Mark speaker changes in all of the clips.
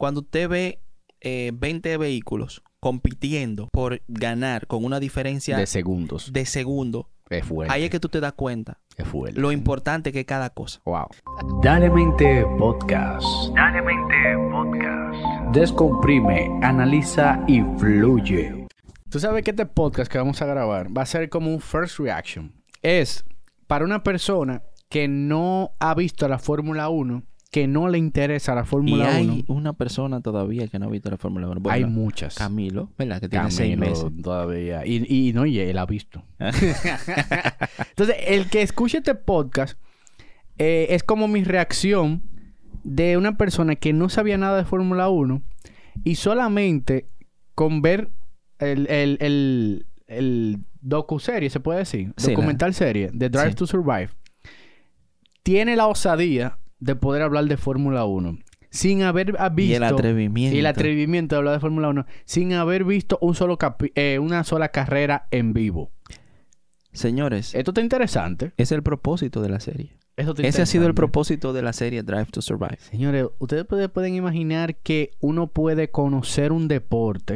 Speaker 1: cuando usted ve 20 vehículos compitiendo por ganar con una diferencia
Speaker 2: de segundos. Es fuerte.
Speaker 1: Ahí es que tú te das cuenta
Speaker 2: Es fuerte.
Speaker 1: lo importante que es cada cosa.
Speaker 2: Wow. Dale Mente Podcast. Descomprime, analiza y fluye. Tú sabes que este podcast que vamos a grabar va a ser como un first reaction. Es para una persona que no ha visto la Fórmula 1, que no le interesa la Fórmula 1.
Speaker 1: Y hay una persona todavía que no ha visto la Fórmula 1. Bueno,
Speaker 2: hay muchas.
Speaker 1: Camilo, ¿verdad? Que tiene 6 meses.
Speaker 2: Todavía. Y él ha visto. Entonces, el que escuche este podcast es como mi reacción de una persona que no sabía nada de Fórmula 1 y solamente con ver el docuserie, se puede decir,
Speaker 1: Sí,
Speaker 2: documental serie de Drive
Speaker 1: Sí.
Speaker 2: to Survive, tiene la osadía de poder hablar de Fórmula 1 sin haber visto...
Speaker 1: Y el atrevimiento.
Speaker 2: Y el atrevimiento de hablar de Fórmula 1 sin haber visto una sola carrera en vivo.
Speaker 1: Señores,
Speaker 2: Esto está interesante.
Speaker 1: es el propósito de la serie. Ese ha sido el propósito de la serie Drive to Survive.
Speaker 2: Señores, ustedes pueden imaginar que uno puede conocer un deporte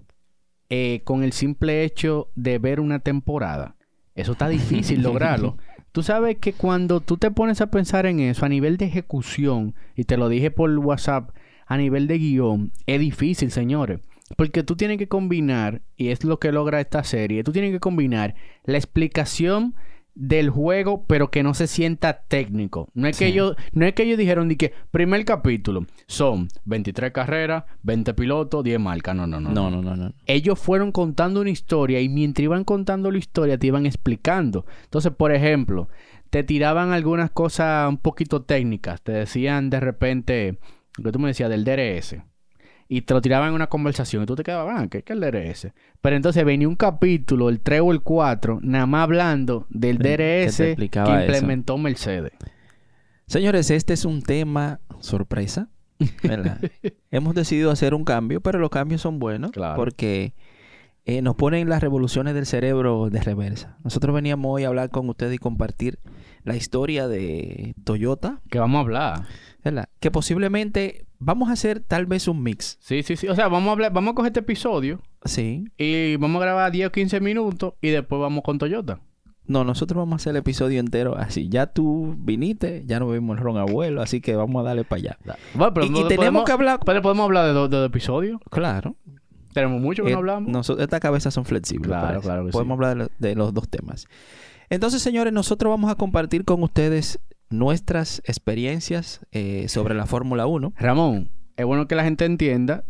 Speaker 2: con el simple hecho de ver una temporada. Eso está difícil lograrlo. Tú sabes que cuando tú te pones a pensar en eso a nivel de ejecución, y te lo dije por WhatsApp, a nivel de guión, es difícil, señores. Porque tú tienes que combinar, y es lo que logra esta serie, tú tienes que combinar la explicación del juego, pero que no se sienta técnico. No es que ellos dijeron de que primer capítulo son 23 carreras, 20 pilotos, 10 marcas. No. Ellos fueron contando una historia y mientras iban contando la historia te iban explicando. Entonces, por ejemplo, te tiraban algunas cosas un poquito técnicas. Te decían de repente, lo que tú me decías del DRS. Y te lo tiraban en una conversación y tú te quedabas, ¿qué es el DRS? Pero entonces venía un capítulo, el 3 o el 4, nada más hablando del DRS que implementó Mercedes.
Speaker 1: Señores, este es un tema sorpresa, ¿verdad? Hemos decidido hacer un cambio, pero los cambios son buenos.
Speaker 2: Claro.
Speaker 1: Porque nos ponen las revoluciones del cerebro de reversa. Nosotros veníamos hoy a hablar con ustedes y compartir la historia de Toyota.
Speaker 2: Que vamos a hablar.
Speaker 1: ¿Verdad? Que posiblemente vamos a hacer tal vez un mix.
Speaker 2: Sí. O sea, vamos a coger este episodio
Speaker 1: Sí.
Speaker 2: y vamos a grabar 10 o 15 minutos y después vamos con Toyota.
Speaker 1: No, nosotros vamos a hacer el episodio entero así. Ya tú viniste, ya nos vimos el ron abuelo, así que vamos a darle para allá.
Speaker 2: Bueno, pero
Speaker 1: Y tenemos que hablar...
Speaker 2: Pero podemos hablar de dos episodios.
Speaker 1: Claro.
Speaker 2: Tenemos mucho que no hablamos.
Speaker 1: Estas cabezas son flexibles.
Speaker 2: Claro que
Speaker 1: podemos hablar de los dos temas. Entonces, señores, nosotros vamos a compartir con ustedes nuestras experiencias sobre la Fórmula 1.
Speaker 2: Ramón, es bueno que la gente entienda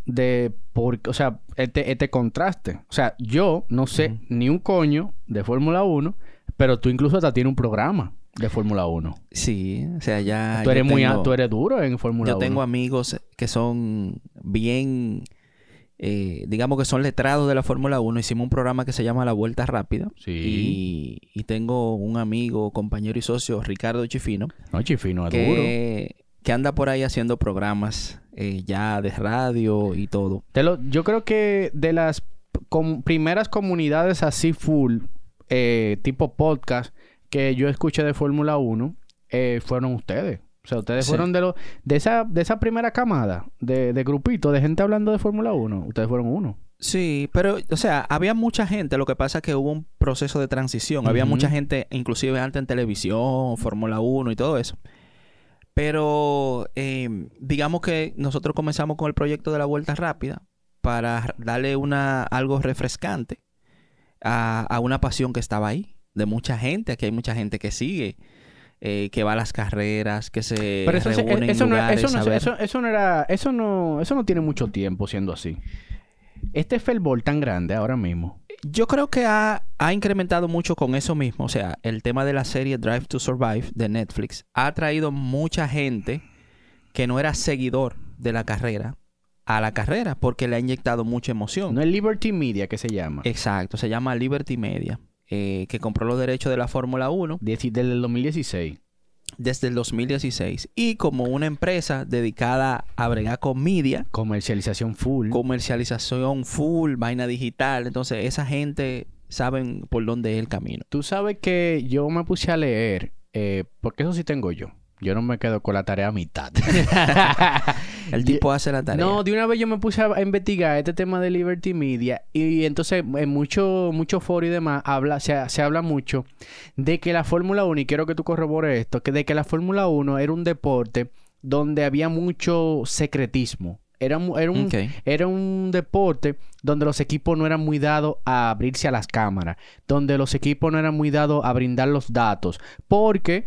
Speaker 2: este contraste. O sea, yo no sé ni un coño de Fórmula 1, pero tú incluso hasta tienes un programa de Fórmula 1.
Speaker 1: Sí, o sea, ya...
Speaker 2: Tú eres duro en Fórmula 1.
Speaker 1: Yo tengo amigos que son bien... digamos que son letrados de la Fórmula 1. Hicimos un programa que se llama La Vuelta Rápida.
Speaker 2: Sí.
Speaker 1: Y tengo un amigo, compañero y socio, Ricardo Chifino.
Speaker 2: No, Chifino es duro.
Speaker 1: Que anda por ahí haciendo programas ya de radio y todo.
Speaker 2: Yo creo que de las primeras comunidades así full, tipo podcast, que yo escuché de Fórmula 1, fueron ustedes. O sea, ustedes fueron de esa primera camada de grupito de gente hablando de Fórmula 1. Ustedes fueron uno.
Speaker 1: Sí, pero, o sea, había mucha gente. Lo que pasa es que hubo un proceso de transición. Había mucha gente, inclusive antes en televisión, Fórmula 1 y todo eso. Pero, digamos que nosotros comenzamos con el proyecto de la Vuelta Rápida para darle algo refrescante a una pasión que estaba ahí. De mucha gente. Aquí hay mucha gente que sigue. Que va a las carreras, que se reúnen en lugares
Speaker 2: eso no tiene mucho tiempo siendo así. Este fervor tan grande ahora mismo.
Speaker 1: Yo creo que ha incrementado mucho con eso mismo. O sea, el tema de la serie Drive to Survive de Netflix ha traído mucha gente que no era seguidor de la carrera a la carrera porque le ha inyectado mucha emoción.
Speaker 2: No es Liberty Media que se llama.
Speaker 1: Exacto, se llama Liberty Media. Que compró los derechos de la Fórmula 1.
Speaker 2: Desde el 2016.
Speaker 1: Desde el 2016. Y como una empresa dedicada a bregar con media.
Speaker 2: Comercialización full.
Speaker 1: Vaina digital. Entonces, esa gente saben por dónde es el camino.
Speaker 2: Tú sabes que yo me puse a leer, porque eso sí tengo yo. Yo no me quedo con la tarea a mitad.
Speaker 1: El tipo hace la tarea.
Speaker 2: No, de una vez yo me puse a investigar este tema de Liberty Media y entonces en mucho foro y demás se habla mucho de que la Fórmula 1, y quiero que tú corrobores esto, que de que la Fórmula 1 era un deporte donde había mucho secretismo. Era un deporte donde los equipos no eran muy dados a abrirse a las cámaras, donde los equipos no eran muy dados a brindar los datos, porque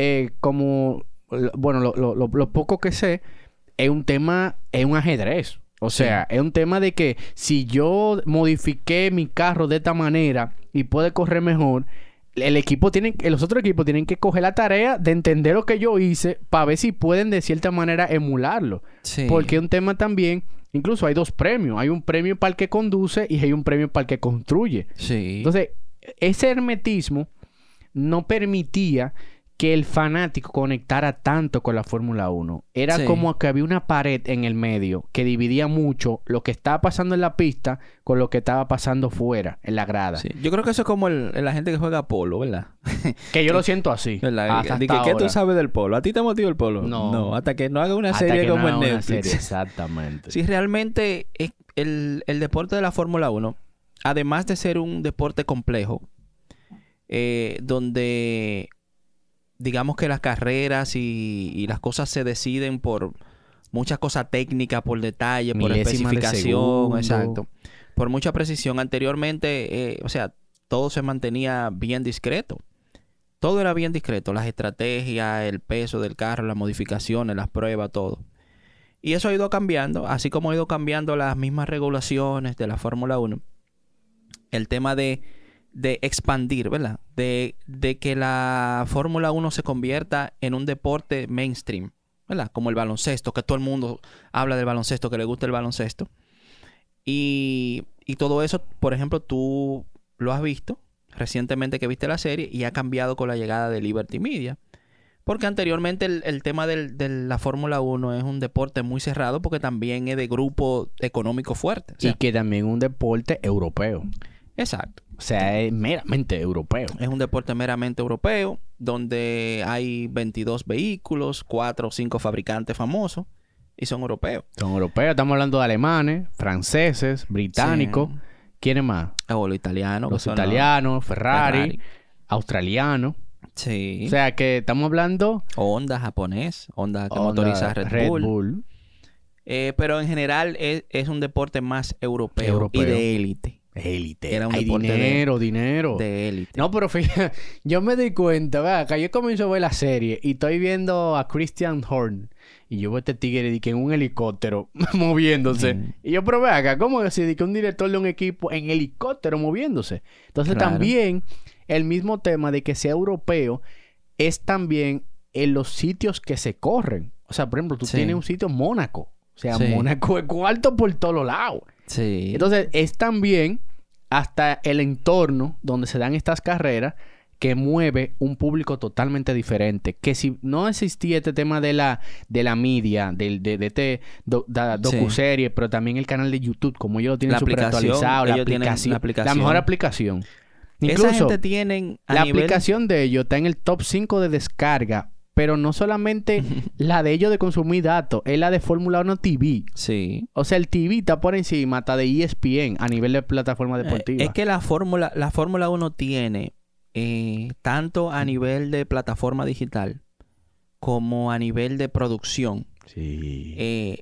Speaker 2: lo poco que sé, es un tema, es un ajedrez. O sea, es un tema de que si yo modifiqué mi carro de esta manera y puede correr mejor, los otros equipos tienen que coger la tarea de entender lo que yo hice para ver si pueden de cierta manera emularlo. Sí. Porque es un tema también, incluso hay 2 premios. Hay un premio para el que conduce y hay un premio para el que construye.
Speaker 1: Sí.
Speaker 2: Entonces, ese hermetismo no permitía que el fanático conectara tanto con la Fórmula 1. Era como que había una pared en el medio que dividía mucho lo que estaba pasando en la pista con lo que estaba pasando fuera, en la grada.
Speaker 1: Sí. Yo creo que eso es como la gente que juega polo, ¿verdad?
Speaker 2: Que yo lo siento así.
Speaker 1: ¿Qué tú sabes del polo? ¿A ti te motiva el polo? No, hasta que no haga una serie como en Netflix.
Speaker 2: Exactamente.
Speaker 1: Sí, realmente el deporte de la Fórmula 1, además de ser un deporte complejo, donde digamos que las carreras y las cosas se deciden por muchas cosas técnicas, por detalle, por especificación, exacto, por mucha precisión. Anteriormente, todo se mantenía bien discreto. Todo era bien discreto. Las estrategias, el peso del carro, las modificaciones, las pruebas, todo. Y eso ha ido cambiando, así como ha ido cambiando las mismas regulaciones de la Fórmula 1. El tema de expandir, ¿verdad? De que la Fórmula 1 se convierta en un deporte mainstream, ¿verdad? Como el baloncesto, que todo el mundo habla del baloncesto, que le gusta el baloncesto. Y todo eso, por ejemplo, tú lo has visto recientemente que viste la serie y ha cambiado con la llegada de Liberty Media. Porque anteriormente el tema de la Fórmula 1 es un deporte muy cerrado porque también es de grupo económico fuerte.
Speaker 2: Y que también es un deporte europeo.
Speaker 1: Exacto.
Speaker 2: O sea, es meramente europeo.
Speaker 1: Es un deporte meramente europeo, donde hay 22 vehículos, 4 o 5 fabricantes famosos, y son europeos.
Speaker 2: Son europeos. Estamos hablando de alemanes, franceses, británicos. Sí. ¿Quiénes más?
Speaker 1: Los italianos.
Speaker 2: Los italianos, Ferrari, australianos.
Speaker 1: Sí.
Speaker 2: O sea, que estamos hablando...
Speaker 1: Honda japonés. Honda que motoriza Red Bull. Pero en general es un deporte más europeo. Y de élite.
Speaker 2: Era un dinero.
Speaker 1: De élite.
Speaker 2: No, pero fíjate, yo me di cuenta, ¿verdad? Que yo comienzo a ver la serie y estoy viendo a Christian Horner y yo veo a este tigre que en un helicóptero moviéndose. Y yo, pero ve acá, ¿cómo decir que un director de un equipo en helicóptero moviéndose? Entonces también el mismo tema de que sea europeo es también en los sitios que se corren. O sea, por ejemplo, tú tienes un sitio en Mónaco. O sea, Mónaco es cuarto por todos lados.
Speaker 1: Sí.
Speaker 2: Entonces, es también hasta el entorno donde se dan estas carreras que mueve un público totalmente diferente. Que si no existía este tema de la media, de docuserie, pero también el canal de YouTube, como ellos lo tienen súper actualizado, la aplicación, la mejor aplicación. Incluso,
Speaker 1: esa gente tienen
Speaker 2: la aplicación de ellos está en el top 5 de descarga. Pero no solamente la de ellos de consumir datos, es la de Fórmula 1 TV.
Speaker 1: Sí.
Speaker 2: O sea, el TV está por encima hasta de ESPN a nivel de plataforma deportiva.
Speaker 1: Es que la Fórmula 1 tiene tanto a nivel de plataforma digital como a nivel de producción.
Speaker 2: Sí.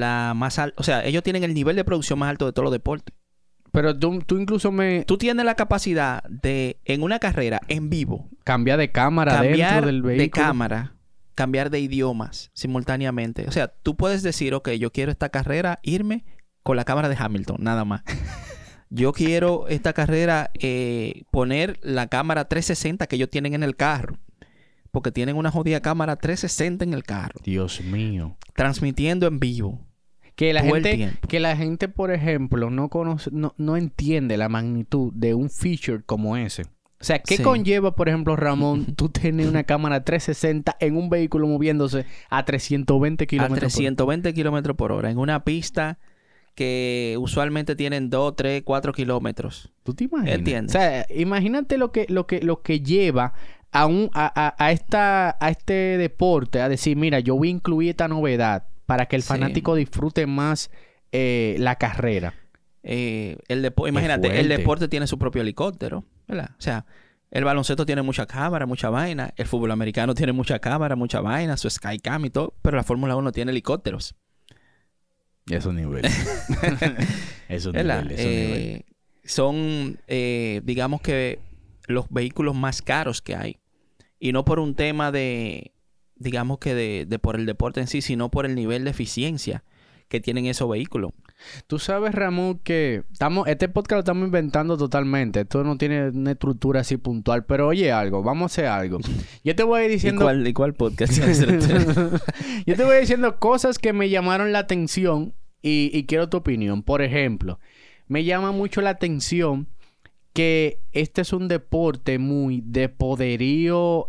Speaker 1: O sea, ellos tienen el nivel de producción más alto de todos los deportes.
Speaker 2: Pero tú incluso
Speaker 1: Tú tienes la capacidad de, en una carrera, en vivo...
Speaker 2: Cambiar de cámara dentro del vehículo.
Speaker 1: De cámara. Cambiar de idiomas simultáneamente. O sea, tú puedes decir, ok, yo quiero esta carrera irme con la cámara de Hamilton, nada más. Yo quiero esta carrera poner la cámara 360 que ellos tienen en el carro. Porque tienen una jodida cámara 360 en el carro.
Speaker 2: Dios mío.
Speaker 1: Transmitiendo en vivo.
Speaker 2: Que la gente, por ejemplo, no conoce, no entiende la magnitud de un feature como ese. O sea, ¿qué conlleva, por ejemplo, Ramón, tú tener una cámara 360 en un vehículo moviéndose a 320 kilómetros
Speaker 1: por hora? A 320 kilómetros por hora. En una pista que usualmente tienen 2, 3, 4 kilómetros.
Speaker 2: ¿Tú te imaginas?
Speaker 1: ¿Entiendes?
Speaker 2: O sea, imagínate lo que lleva a este deporte a decir, mira, yo voy a incluir esta novedad para que el fanático disfrute más la carrera.
Speaker 1: Imagínate, el deporte tiene su propio helicóptero, ¿verdad? O sea, el baloncesto tiene mucha cámara, mucha vaina. El fútbol americano tiene mucha cámara, mucha vaina, su Skycam y todo. Pero la Fórmula 1 tiene helicópteros.
Speaker 2: Es un nivel. Es un nivel.
Speaker 1: Son, digamos que, los vehículos más caros que hay. Y no por un tema digamos que por el deporte en sí, sino por el nivel de eficiencia que tienen esos vehículos.
Speaker 2: Tú sabes, Ramón, que este podcast lo estamos inventando totalmente. Esto no tiene una estructura así puntual. Pero oye algo, vamos a hacer algo. Yo te voy a ir diciendo...
Speaker 1: ¿Y cuál podcast?
Speaker 2: Yo te voy diciendo cosas que me llamaron la atención y quiero tu opinión. Por ejemplo, me llama mucho la atención que este es un deporte muy de poderío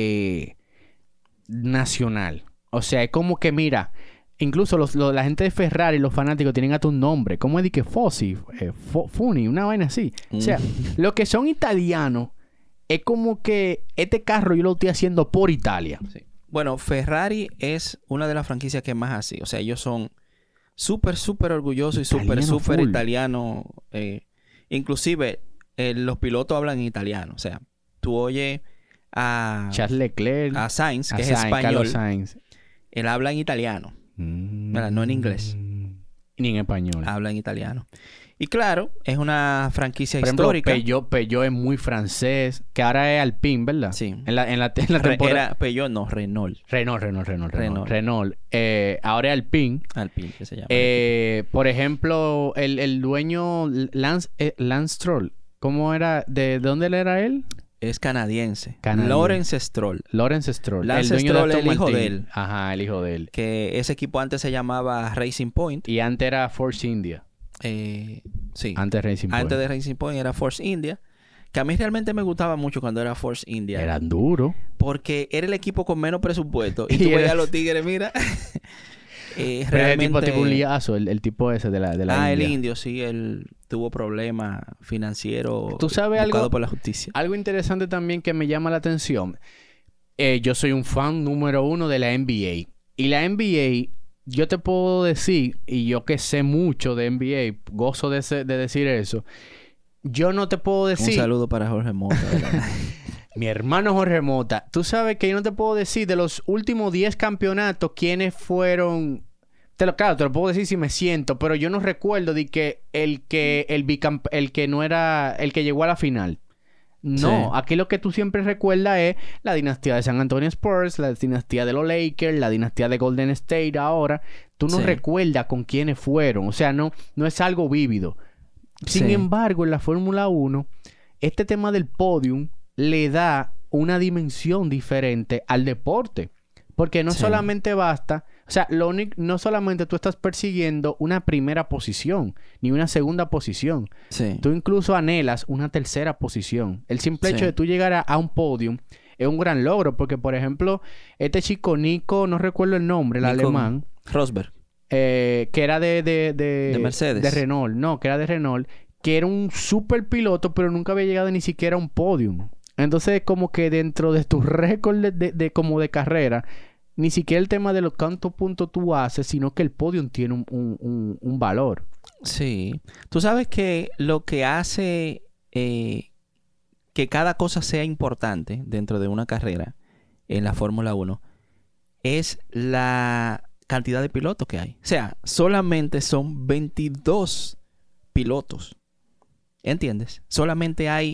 Speaker 2: nacional. O sea, es como que, mira... Incluso la gente de Ferrari, los fanáticos, tienen hasta un nombre. ¿Cómo es de que Fossi? Funi, una vaina así. O sea, los que son italianos, es como que este carro yo lo estoy haciendo por Italia.
Speaker 1: Sí. Bueno, Ferrari es una de las franquicias que más así. O sea, ellos son súper orgullosos y súper italianos. Inclusive, los pilotos hablan en italiano. O sea, tú oyes a...
Speaker 2: Charles Leclerc.
Speaker 1: A Sainz, que es español.
Speaker 2: Sainz.
Speaker 1: Él habla en italiano. No en inglés.
Speaker 2: Ni en español.
Speaker 1: Habla en italiano. Y claro, es una franquicia
Speaker 2: por
Speaker 1: histórica.
Speaker 2: Ejemplo, Peugeot es muy francés. Que ahora es Alpine, ¿verdad?
Speaker 1: Sí.
Speaker 2: En la temporada...
Speaker 1: Era Peugeot, no, Renault.
Speaker 2: Renault. Ahora es Alpine.
Speaker 1: Alpine, que se llama.
Speaker 2: Por ejemplo, el dueño Lance Stroll. ¿Cómo era? ¿De dónde era él?
Speaker 1: Es canadiense. Lawrence Stroll.
Speaker 2: Lance Stroll, el
Speaker 1: hijo de él.
Speaker 2: Ajá, el hijo de él.
Speaker 1: Que ese equipo antes se llamaba Racing Point.
Speaker 2: Y antes era Force India.
Speaker 1: Sí.
Speaker 2: Antes
Speaker 1: de Racing Point era Force India. Que a mí realmente me gustaba mucho cuando era Force India.
Speaker 2: Eran duros.
Speaker 1: Porque era el equipo con menos presupuesto. Y tú veías a los tigres, mira...
Speaker 2: realmente... El tipo un liazo, el tipo ese de la India.
Speaker 1: El indio, sí. Él tuvo problemas financieros.
Speaker 2: ¿Tú sabes algo?
Speaker 1: Por la justicia.
Speaker 2: Algo interesante también que me llama la atención. Yo soy un fan número 1 de la NBA. Y la NBA, yo te puedo decir, y yo que sé mucho de NBA, gozo de decir eso. Yo no te puedo decir...
Speaker 1: Un saludo para Jorge Mota.
Speaker 2: Mi hermano Jorge Mota. Tú sabes que yo no te puedo decir de los últimos 10 campeonatos quiénes fueron... Claro, te lo puedo decir si me siento, pero yo no recuerdo de que el que no era el que llegó a la final. No, sí. Aquí lo que tú siempre recuerdas es la dinastía de San Antonio Spurs, la dinastía de los Lakers, la dinastía de Golden State ahora. Tú no recuerdas con quiénes fueron. O sea, no es algo vívido. Sin embargo, en la Fórmula 1, este tema del podium le da una dimensión diferente al deporte. Porque no solamente basta... O sea, no solamente tú estás persiguiendo una primera posición, ni una segunda posición.
Speaker 1: Sí.
Speaker 2: Tú incluso anhelas una tercera posición. El simple hecho de tú llegar a un podium es un gran logro. Porque, por ejemplo, este chico Nico, no recuerdo el nombre, el alemán.
Speaker 1: Rosberg.
Speaker 2: Que era de
Speaker 1: Mercedes.
Speaker 2: De Renault. No, que era de Renault. Que era un super piloto, pero nunca había llegado ni siquiera a un podium. Entonces, como que dentro de tus récords como de carrera... Ni siquiera el tema de los cuántos puntos tú haces, sino que el podium tiene un valor.
Speaker 1: Sí. Tú sabes que lo que hace que cada cosa sea importante dentro de una carrera en la Fórmula 1 es la cantidad de pilotos que hay. O sea, solamente son 22 pilotos. ¿Entiendes? Solamente hay...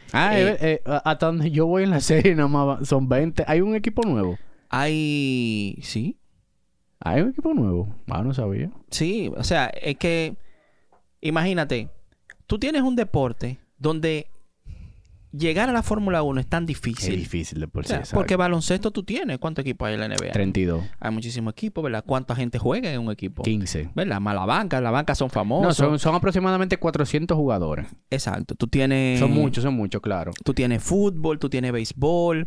Speaker 2: hasta donde yo voy en la serie nada más son 20. ¿Hay un equipo nuevo?
Speaker 1: Sí.
Speaker 2: ¿Hay un equipo nuevo? No sabía.
Speaker 1: Sí, o sea, es que... Imagínate, tú tienes un deporte donde llegar a la Fórmula 1 es tan difícil.
Speaker 2: Es difícil de por sí.
Speaker 1: Porque baloncesto tú tienes. ¿Cuántos equipos hay en la NBA?
Speaker 2: 32.
Speaker 1: Hay muchísimos equipos, ¿verdad? ¿Cuánta gente juega en un equipo?
Speaker 2: 15.
Speaker 1: ¿Verdad? Más las bancas son famosas.
Speaker 2: No, son aproximadamente 400 jugadores.
Speaker 1: Exacto. Tú tienes...
Speaker 2: Son muchos, claro.
Speaker 1: Tú tienes fútbol, tú tienes béisbol.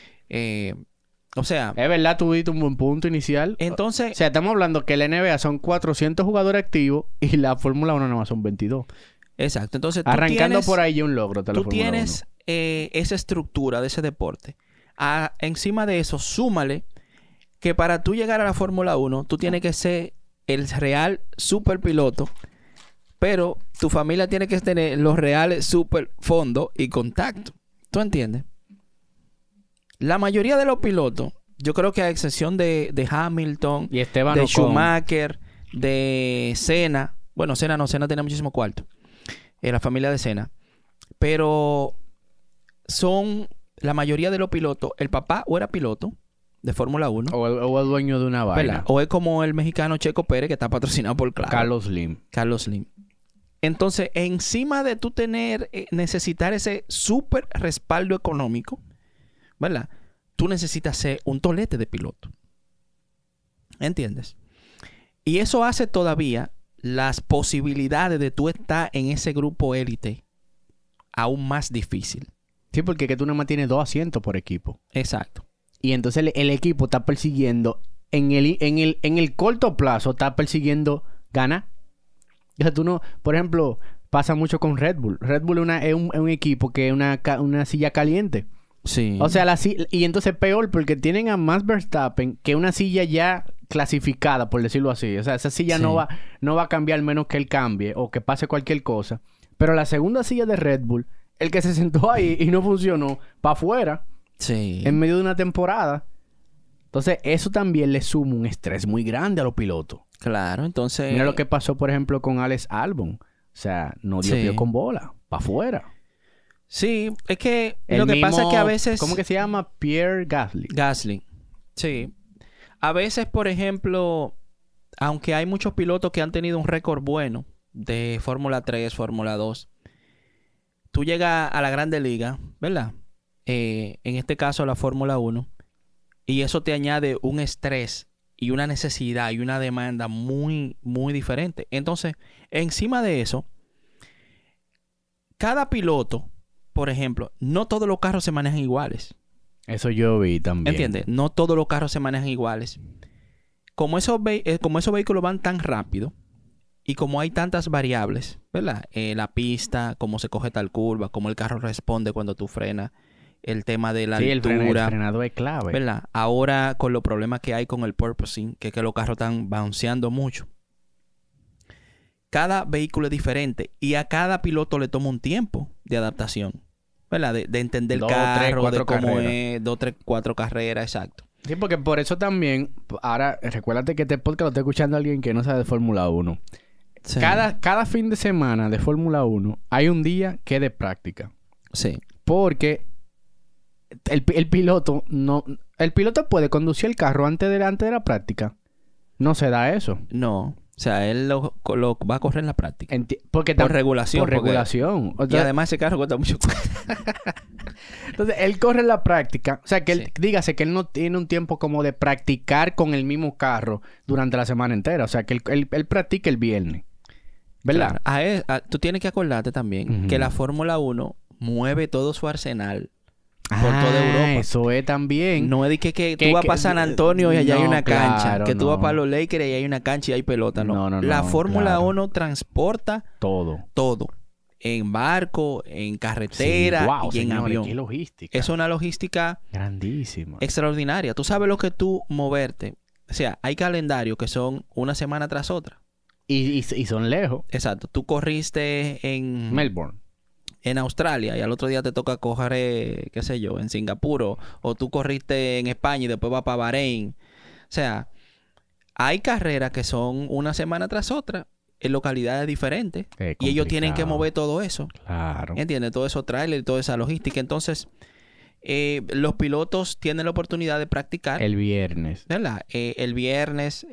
Speaker 1: O sea...
Speaker 2: Es verdad, tú diste un buen punto inicial.
Speaker 1: Entonces...
Speaker 2: O sea, estamos hablando que la NBA son 400 jugadores activos y la Fórmula 1 nada más son 22.
Speaker 1: Exacto. Entonces tú
Speaker 2: arrancando por ahí un logro.
Speaker 1: Tú tienes esa estructura de ese deporte. Encima de eso, súmale que para tú llegar a la Fórmula 1, tú tienes que ser el real super piloto, pero tu familia tiene que tener los reales super fondos y contacto. ¿Tú entiendes? La mayoría de los pilotos, yo creo que a excepción de Hamilton,
Speaker 2: Y Esteban
Speaker 1: de
Speaker 2: Ocon.
Speaker 1: Schumacher, de Senna. Bueno, Senna no, Senna tenía muchísimo cuarto. La familia de Senna. Pero son la mayoría de los pilotos, el papá o era piloto de Fórmula 1.
Speaker 2: O el dueño de una
Speaker 1: ¿verdad?
Speaker 2: vaina.
Speaker 1: O es como el mexicano Checo Pérez, que está patrocinado por
Speaker 2: Carlos Slim.
Speaker 1: Carlos Slim. Entonces, encima de tú necesitar ese súper respaldo económico, ¿verdad? Tú necesitas ser un tolete de piloto. ¿Entiendes? Y eso hace todavía las posibilidades de tú estar en ese grupo élite aún más difícil.
Speaker 2: Sí, porque que tú nada más tienes 2 asientos por equipo.
Speaker 1: Exacto.
Speaker 2: Y entonces el equipo está persiguiendo, en el corto plazo, está persiguiendo ganar. O sea, tú no, por ejemplo, pasa mucho con Red Bull. Red Bull es un equipo que es una silla caliente.
Speaker 1: Sí.
Speaker 2: O sea, y entonces peor porque tienen a Max Verstappen que una silla ya clasificada, por decirlo así. O sea, esa silla
Speaker 1: Sí.
Speaker 2: no va a cambiar menos que él cambie o que pase cualquier cosa. Pero la segunda silla de Red Bull, el que se sentó ahí y no funcionó, para afuera,
Speaker 1: Sí.
Speaker 2: en medio de una temporada. Entonces, eso también le suma un estrés muy grande a los pilotos.
Speaker 1: Claro, entonces...
Speaker 2: Mira lo que pasó, por ejemplo, con Alex Albon. O sea, no dio
Speaker 1: Sí.
Speaker 2: pie con bola, para afuera.
Speaker 1: Sí, es que
Speaker 2: El
Speaker 1: lo que
Speaker 2: mismo-
Speaker 1: pasa es que a veces...
Speaker 2: ¿Cómo que se llama? Pierre Gasly.
Speaker 1: Gasly. Sí. A veces, por ejemplo, aunque hay muchos pilotos que han tenido un récord bueno de Fórmula 3, Fórmula 2, tú llegas a la Grande Liga, ¿verdad? En este caso a la Fórmula 1, y eso te añade un estrés y una necesidad y una demanda muy, muy diferente. Entonces, encima de eso, cada piloto, por ejemplo, no todos los carros se manejan iguales.
Speaker 2: Eso yo vi también.
Speaker 1: ¿Entiendes? No todos los carros se manejan iguales. Como esos vehículos van tan rápido y como hay tantas variables, ¿verdad? La pista, cómo se coge tal curva, cómo el carro responde cuando tú frenas, el tema de la
Speaker 2: Sí, el
Speaker 1: altura,
Speaker 2: frenado es clave.
Speaker 1: ¿verdad? Ahora con los problemas que hay con el porpoising, que es que los carros están bounceando mucho. Cada vehículo es diferente y a cada piloto le toma un tiempo de adaptación, ¿verdad? De entender el
Speaker 2: 2, 3,
Speaker 1: carro,
Speaker 2: 4
Speaker 1: de cómo
Speaker 2: carreras.
Speaker 1: es, 2, 3, 4 carreras, exacto.
Speaker 2: Sí, porque por eso también... Ahora, recuérdate que este podcast lo está escuchando alguien que no sabe de Fórmula 1.
Speaker 1: Sí.
Speaker 2: Cada fin de semana de Fórmula 1 hay un día que es de práctica.
Speaker 1: Sí.
Speaker 2: Porque el piloto no... El piloto puede conducir el carro antes de la práctica. No se da eso.
Speaker 1: No. O sea, él lo va a correr en la práctica.
Speaker 2: Porque
Speaker 1: Por regulación.
Speaker 2: Por regulación. O
Speaker 1: Y
Speaker 2: sea,
Speaker 1: además ese carro cuesta mucho.
Speaker 2: entonces, él corre en la práctica. O sea, que él,
Speaker 1: Sí.
Speaker 2: dígase que él no tiene un tiempo como de practicar con el mismo carro durante la semana entera. O sea, que él practica el viernes. ¿Verdad?
Speaker 1: Claro. Tú tienes que acordarte también
Speaker 2: Ujú.
Speaker 1: que la Fórmula 1 mueve todo su arsenal por toda Europa.
Speaker 2: Eso es también.
Speaker 1: No es de que
Speaker 2: Que-
Speaker 1: tú vas
Speaker 2: que-
Speaker 1: para San Antonio y allá hay
Speaker 2: no,
Speaker 1: una cancha.
Speaker 2: claro,
Speaker 1: Que tú vas
Speaker 2: no.
Speaker 1: para los Lakers y hay una cancha y hay pelota. No.
Speaker 2: No,
Speaker 1: La Fórmula
Speaker 2: claro.
Speaker 1: 1 transporta
Speaker 2: Todo.
Speaker 1: todo. En barco, en carretera
Speaker 2: Sí, wow,
Speaker 1: y en
Speaker 2: señores,
Speaker 1: avión.
Speaker 2: qué logística.
Speaker 1: Es una logística
Speaker 2: Grandísima.
Speaker 1: extraordinaria. Tú sabes lo que tú moverte. O sea, hay calendarios que son una semana tras otra.
Speaker 2: Y son lejos.
Speaker 1: Exacto. Tú corriste en
Speaker 2: Melbourne.
Speaker 1: Australia y al otro día te toca correr, qué sé yo, en Singapur o tú corriste en España y después vas para Bahrein. O sea, hay carreras que son una semana tras otra en localidades diferentes
Speaker 2: Qué
Speaker 1: y ellos tienen que
Speaker 2: complicado.
Speaker 1: mover todo eso.
Speaker 2: Claro.
Speaker 1: ¿Entiendes? Todo eso trailers y toda esa logística. Entonces, los pilotos tienen la oportunidad de practicar.
Speaker 2: El viernes.
Speaker 1: ¿Verdad? El viernes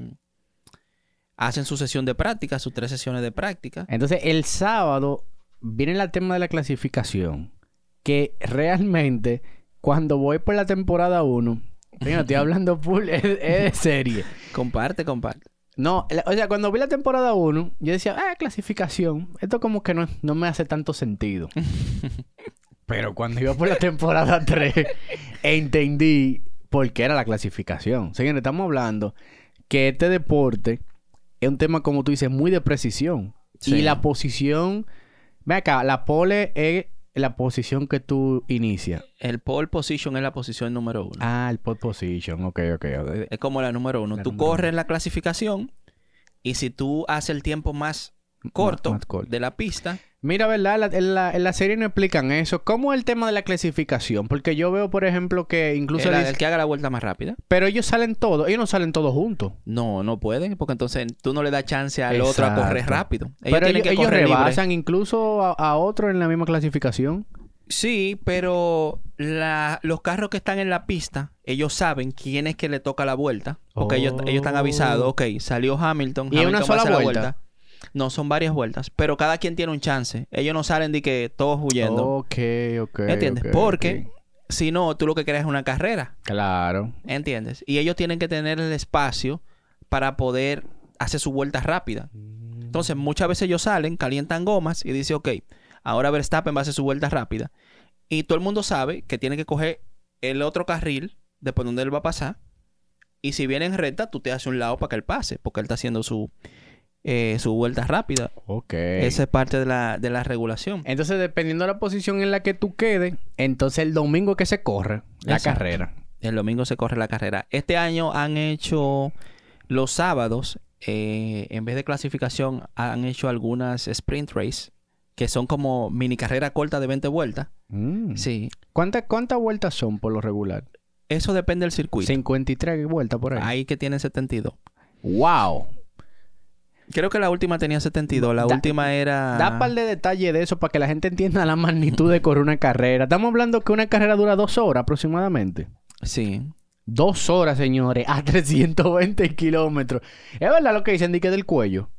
Speaker 1: hacen su sesión de práctica, sus 3 sesiones de práctica.
Speaker 2: Entonces, el sábado viene el tema de la clasificación. Que realmente, cuando voy por la temporada 1, mira, estoy hablando full, es de serie.
Speaker 1: Comparte.
Speaker 2: No, o sea, cuando vi la temporada 1, yo decía, clasificación. Esto como que no me hace tanto sentido. Pero cuando iba por la temporada 3, entendí por qué era la clasificación. Señores, estamos hablando que este deporte es un tema, como tú dices, muy de precisión.
Speaker 1: Sí.
Speaker 2: Y la posición... Ve acá, la pole es la posición que tú inicias?
Speaker 1: El pole position es la posición número 1.
Speaker 2: Ah, el pole position. Ok.
Speaker 1: Es como la número 1. Tú corres la clasificación y si tú haces el tiempo más corto
Speaker 2: Más corto
Speaker 1: de la pista...
Speaker 2: Mira, ¿verdad? En la serie no explican eso. ¿Cómo es el tema de la clasificación? Porque yo veo, por ejemplo, que incluso...
Speaker 1: El que haga la vuelta más rápida.
Speaker 2: Pero ellos no salen todos juntos.
Speaker 1: No pueden, porque entonces tú no le das chance al otro a correr rápido.
Speaker 2: Pero ellos rebasan incluso a otro en la misma clasificación.
Speaker 1: Sí, pero los carros que están en la pista, ellos saben quién es que le toca la vuelta. Porque ellos están avisados. Ok, salió Hamilton.
Speaker 2: ¿Y
Speaker 1: Hamilton
Speaker 2: una sola
Speaker 1: va a hacer
Speaker 2: vuelta?
Speaker 1: la vuelta. No, son varias vueltas. Pero cada quien tiene un chance. Ellos no salen de que todos huyendo.
Speaker 2: Ok.
Speaker 1: ¿Entiendes? Porque si no, tú lo que quieres es una carrera.
Speaker 2: Claro.
Speaker 1: ¿Entiendes? Y ellos tienen que tener el espacio para poder hacer su vuelta rápida. Entonces, muchas veces ellos salen, calientan gomas y dicen, ok, ahora Verstappen va a hacer su vuelta rápida. Y todo el mundo sabe que tiene que coger el otro carril después donde él va a pasar. Y si viene en recta, tú te haces un lado para que él pase, porque él está haciendo su vuelta rápida.
Speaker 2: Ok.
Speaker 1: Esa es parte de la regulación.
Speaker 2: Entonces, dependiendo de la posición en la que tú quedes, entonces el domingo que se corre la carrera.
Speaker 1: El domingo se corre la carrera. Este año han hecho los sábados, en vez de clasificación, han hecho algunas sprint race, que son como mini carrera corta de 20 vueltas. Sí.
Speaker 2: ¿Cuántas vueltas son por lo regular?
Speaker 1: Eso depende del circuito.
Speaker 2: 53 vueltas por ahí.
Speaker 1: Ahí que tienen 72.
Speaker 2: ¡Wow!
Speaker 1: Creo que la última tenía 72. La última era...
Speaker 2: Da un par de detalles de eso para que la gente entienda la magnitud de correr una carrera. Estamos hablando que una carrera dura 2 horas aproximadamente.
Speaker 1: Sí.
Speaker 2: 2 horas, señores, a 320 kilómetros. ¿Es verdad lo que dicen de que del cuello?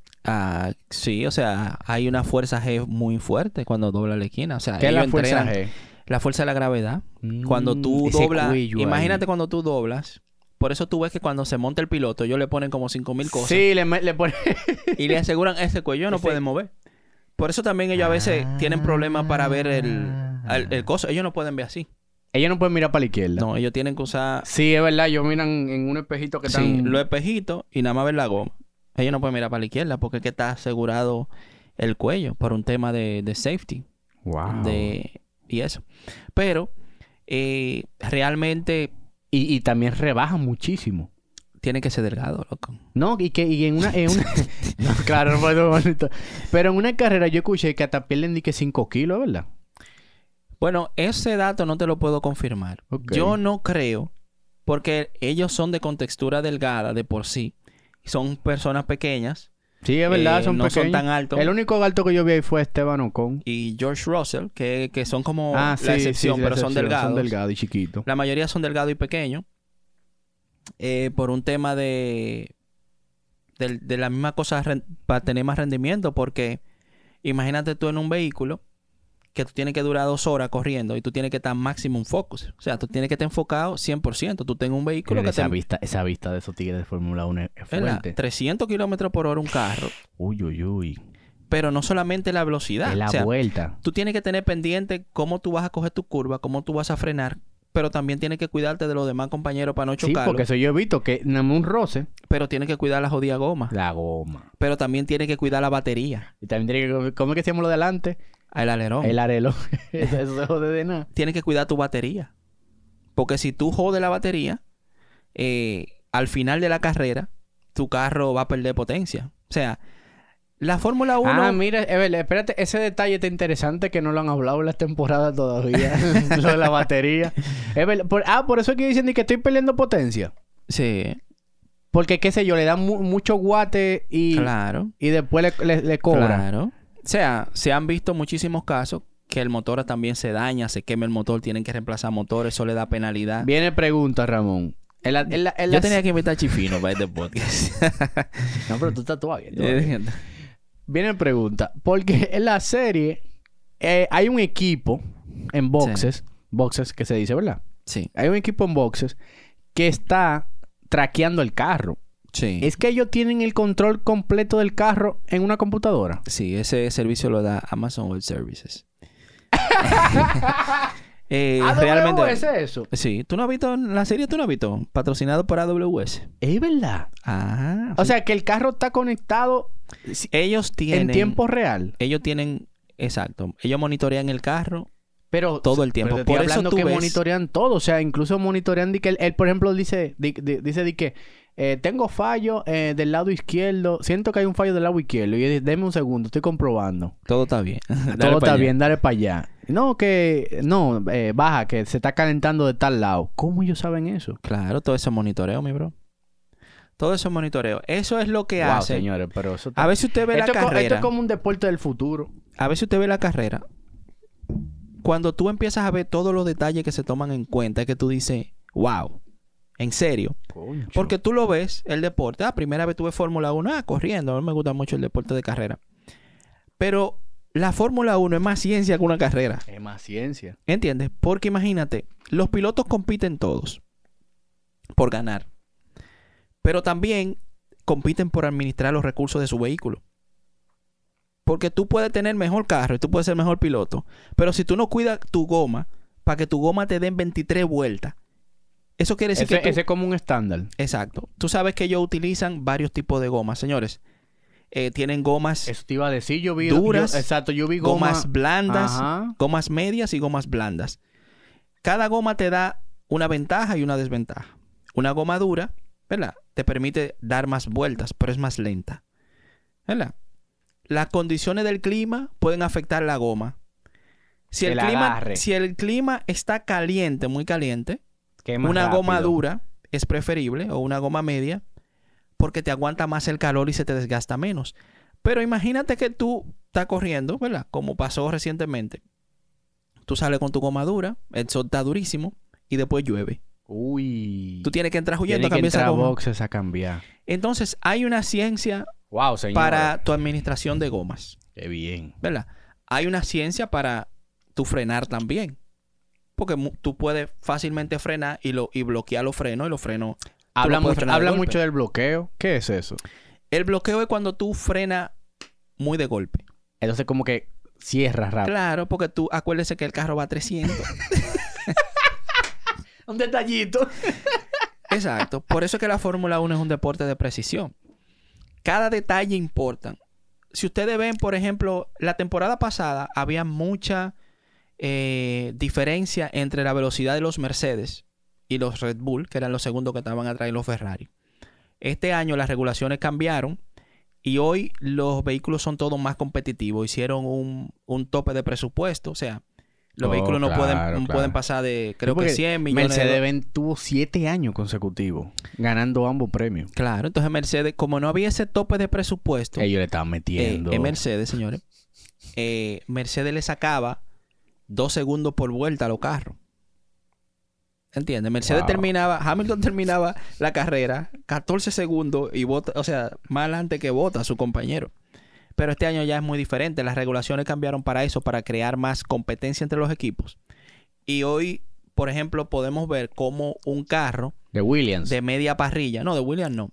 Speaker 1: Sí, o sea, hay una fuerza G muy fuerte cuando dobla la esquina. O sea,
Speaker 2: ¿qué es la
Speaker 1: ellos
Speaker 2: fuerza
Speaker 1: entrenan
Speaker 2: G?
Speaker 1: la fuerza de la gravedad. Cuando tú
Speaker 2: ese
Speaker 1: doblas...
Speaker 2: cuello
Speaker 1: Imagínate
Speaker 2: ahí.
Speaker 1: cuando tú doblas... Por eso tú ves que cuando se monta el piloto, ellos le ponen como 5,000 cosas.
Speaker 2: Sí, le ponen...
Speaker 1: Y le aseguran ese cuello no pueden mover. Por eso también ellos a veces tienen problemas para ver el coso. Ellos no pueden ver así.
Speaker 2: Ellos no pueden mirar para la izquierda.
Speaker 1: No, ellos tienen que usar...
Speaker 2: Sí, es verdad. Ellos miran en un espejito que
Speaker 1: Sí,
Speaker 2: están...
Speaker 1: los espejitos y nada más ver la goma. Ellos no pueden mirar para la izquierda porque es que está asegurado el cuello por un tema de safety.
Speaker 2: Wow.
Speaker 1: Y eso. Pero realmente...
Speaker 2: Y también rebajan muchísimo.
Speaker 1: Tiene que ser delgado, loco.
Speaker 2: No, y en una... No, claro, no puedo bonito. Pero en una carrera yo escuché que hasta pierden ni que 5 kilos, ¿verdad?
Speaker 1: Bueno, ese dato no te lo puedo confirmar.
Speaker 2: Ok.
Speaker 1: Yo no creo, porque ellos son de contextura delgada de por sí. Son personas pequeñas.
Speaker 2: Sí, es verdad, son
Speaker 1: no
Speaker 2: pequeños.
Speaker 1: son tan altos.
Speaker 2: El único alto que yo vi ahí fue Esteban Ocon.
Speaker 1: Y George Russell, que son como
Speaker 2: Sí,
Speaker 1: la excepción,
Speaker 2: sí,
Speaker 1: pero
Speaker 2: la
Speaker 1: son
Speaker 2: excepción.
Speaker 1: delgados.
Speaker 2: Son delgados y chiquitos.
Speaker 1: La mayoría son delgados y pequeños. Por un tema de la misma cosa para tener más rendimiento. Porque imagínate tú en un vehículo que tú tienes que durar 2 horas corriendo y tú tienes que estar maximum focus. O sea, tú tienes que estar enfocado 100%. Tú tengas un vehículo que
Speaker 2: esa vista de esos tigres de Fórmula 1 es fuerte.
Speaker 1: 300 kilómetros por hora un carro.
Speaker 2: Uy.
Speaker 1: Pero no solamente la velocidad.
Speaker 2: Es la
Speaker 1: O sea,
Speaker 2: vuelta.
Speaker 1: tú tienes que tener pendiente cómo tú vas a coger tu curva, cómo tú vas a frenar. Pero también tienes que cuidarte de los demás compañeros para no
Speaker 2: Sí,
Speaker 1: chocarlos.
Speaker 2: porque eso yo he visto que nada más un roce.
Speaker 1: Pero tienes que cuidar la jodida goma.
Speaker 2: La goma.
Speaker 1: Pero también tienes que cuidar la batería.
Speaker 2: Y también tiene que... ¿Cómo es que se llama lo de adelante?
Speaker 1: El alerón.
Speaker 2: El arelo. Eso se jode de nada.
Speaker 1: Tienes que cuidar tu batería. Porque si tú jodes la batería, al final de la carrera, tu carro va a perder potencia. O sea, la Fórmula 1...
Speaker 2: Ah, mira, Evel, espérate, ese detalle está interesante que no lo han hablado en las temporadas todavía. Lo de la batería. Evel, por eso es que dicen que estoy perdiendo potencia.
Speaker 1: Sí.
Speaker 2: Porque, qué sé yo, le dan mucho guate y...
Speaker 1: Claro.
Speaker 2: Y después le cobra.
Speaker 1: Claro. O sea, se han visto muchísimos casos que el motor también se daña, se quema el motor, tienen que reemplazar motores, eso le da penalidad.
Speaker 2: Viene pregunta, Ramón.
Speaker 1: Yo tenía que invitar a Chifino para este podcast.
Speaker 2: No, pero tú estás todavía. Viene pregunta. Porque en la serie hay un equipo en boxes.
Speaker 1: Sí.
Speaker 2: Boxes que se dice, ¿verdad?
Speaker 1: Sí.
Speaker 2: Hay un equipo en boxes que está traqueando el carro.
Speaker 1: Sí.
Speaker 2: Es que ellos tienen el control completo del carro en una computadora.
Speaker 1: Sí, ese servicio lo da Amazon Web Services.
Speaker 2: Realmente es eso.
Speaker 1: Sí, tú no has visto la serie, tú no has visto patrocinado por AWS.
Speaker 2: Es verdad.
Speaker 1: Ah,
Speaker 2: O sea que el carro está conectado
Speaker 1: ellos tienen
Speaker 2: en tiempo real.
Speaker 1: Ellos tienen, exacto, ellos monitorean el carro
Speaker 2: Pero
Speaker 1: todo el tiempo.
Speaker 2: Pero te estoy
Speaker 1: Por eso
Speaker 2: hablando
Speaker 1: tú
Speaker 2: que
Speaker 1: ves...
Speaker 2: monitorean todo. O sea, incluso monitorean de que él, por ejemplo, dice de que tengo fallo del lado izquierdo. Siento que hay un fallo del lado izquierdo. Y él, deme un segundo, estoy comprobando.
Speaker 1: Todo está bien.
Speaker 2: Todo está bien, dale para allá. No, baja, que se está calentando de tal lado. ¿Cómo ellos saben eso?
Speaker 1: Claro, todo eso es monitoreo, mi bro. Todo eso es monitoreo. Eso es lo que
Speaker 2: Wow,
Speaker 1: hace.
Speaker 2: señores, pero eso está...
Speaker 1: A veces usted ve la carrera.
Speaker 2: Esto es como un deporte del futuro.
Speaker 1: A veces usted ve la carrera. Cuando tú empiezas a ver todos los detalles que se toman en cuenta, es que tú dices, wow, en serio.
Speaker 2: Concho.
Speaker 1: Porque tú lo ves, el deporte. Primera vez tuve Fórmula 1, corriendo. A mí me gusta mucho el deporte de carrera. Pero la Fórmula 1 es más ciencia que una carrera.
Speaker 2: Es más ciencia.
Speaker 1: ¿Entiendes? Porque imagínate, los pilotos compiten todos por ganar. Pero también compiten por administrar los recursos de su vehículo. Porque tú puedes tener mejor carro y tú puedes ser mejor piloto. Pero si tú no cuidas tu goma, para que tu goma te den 23 vueltas, eso quiere decir que
Speaker 2: ese es como un estándar.
Speaker 1: Exacto. Tú sabes que ellos utilizan varios tipos de gomas, señores. Tienen gomas
Speaker 2: Eso te iba a decir, yo vi
Speaker 1: duras,
Speaker 2: exacto, yo vi
Speaker 1: gomas blandas,
Speaker 2: Ajá.
Speaker 1: gomas medias y gomas blandas. Cada goma te da una ventaja y una desventaja. Una goma dura, ¿verdad? Te permite dar más vueltas, pero es más lenta. ¿Verdad? Las condiciones del clima pueden afectar la goma. Si el clima está caliente, muy caliente, una goma dura es preferible, o una goma media, porque te aguanta más el calor y se te desgasta menos. Pero imagínate que tú estás corriendo, ¿verdad? Como pasó recientemente. Tú sales con tu goma dura, el sol está durísimo y después llueve.
Speaker 2: Uy.
Speaker 1: Tú tienes que entrar huyendo
Speaker 2: a cambiar esa goma.
Speaker 1: Boxes
Speaker 2: a cambiar.
Speaker 1: Entonces, hay una ciencia
Speaker 2: señor,
Speaker 1: para tu administración de gomas.
Speaker 2: Qué bien.
Speaker 1: ¿Verdad? Hay una ciencia para tu frenar también. Porque tú puedes fácilmente frenar y bloquear los frenos y los frenos...
Speaker 2: Habla mucho del bloqueo. ¿Qué es eso?
Speaker 1: El bloqueo es cuando tú frenas muy de golpe.
Speaker 2: Entonces como que cierras rápido.
Speaker 1: Claro, porque tú acuérdese que el carro va a 300.
Speaker 2: Un detallito.
Speaker 1: Exacto. Por eso es que la Fórmula 1 es un deporte de precisión. Cada detalle importa. Si ustedes ven, por ejemplo, la temporada pasada había mucha diferencia entre la velocidad de los Mercedes y los Red Bull, que eran los segundos que estaban atrás de los Ferrari. Este año las regulaciones cambiaron y hoy los vehículos son todos más competitivos. Hicieron un tope de presupuesto. O sea, los vehículos no pueden pasar de, creo que 100 millones.
Speaker 2: Mercedes-Benz tuvo 7 años consecutivos ganando ambos premios.
Speaker 1: Claro, entonces Mercedes, como no había ese tope de presupuesto,
Speaker 2: ellos le estaban metiendo.
Speaker 1: En Mercedes, señores, Mercedes le sacaba 2 segundos por vuelta a los carros. ¿Entiendes? Hamilton terminaba la carrera 14 segundos y Bottas, o sea, más adelante que Bottas, su compañero. Pero este año ya es muy diferente. Las regulaciones cambiaron para eso, para crear más competencia entre los equipos. Y hoy, por ejemplo, podemos ver cómo un carro...
Speaker 2: De Williams.
Speaker 1: De media parrilla. No, de Williams no.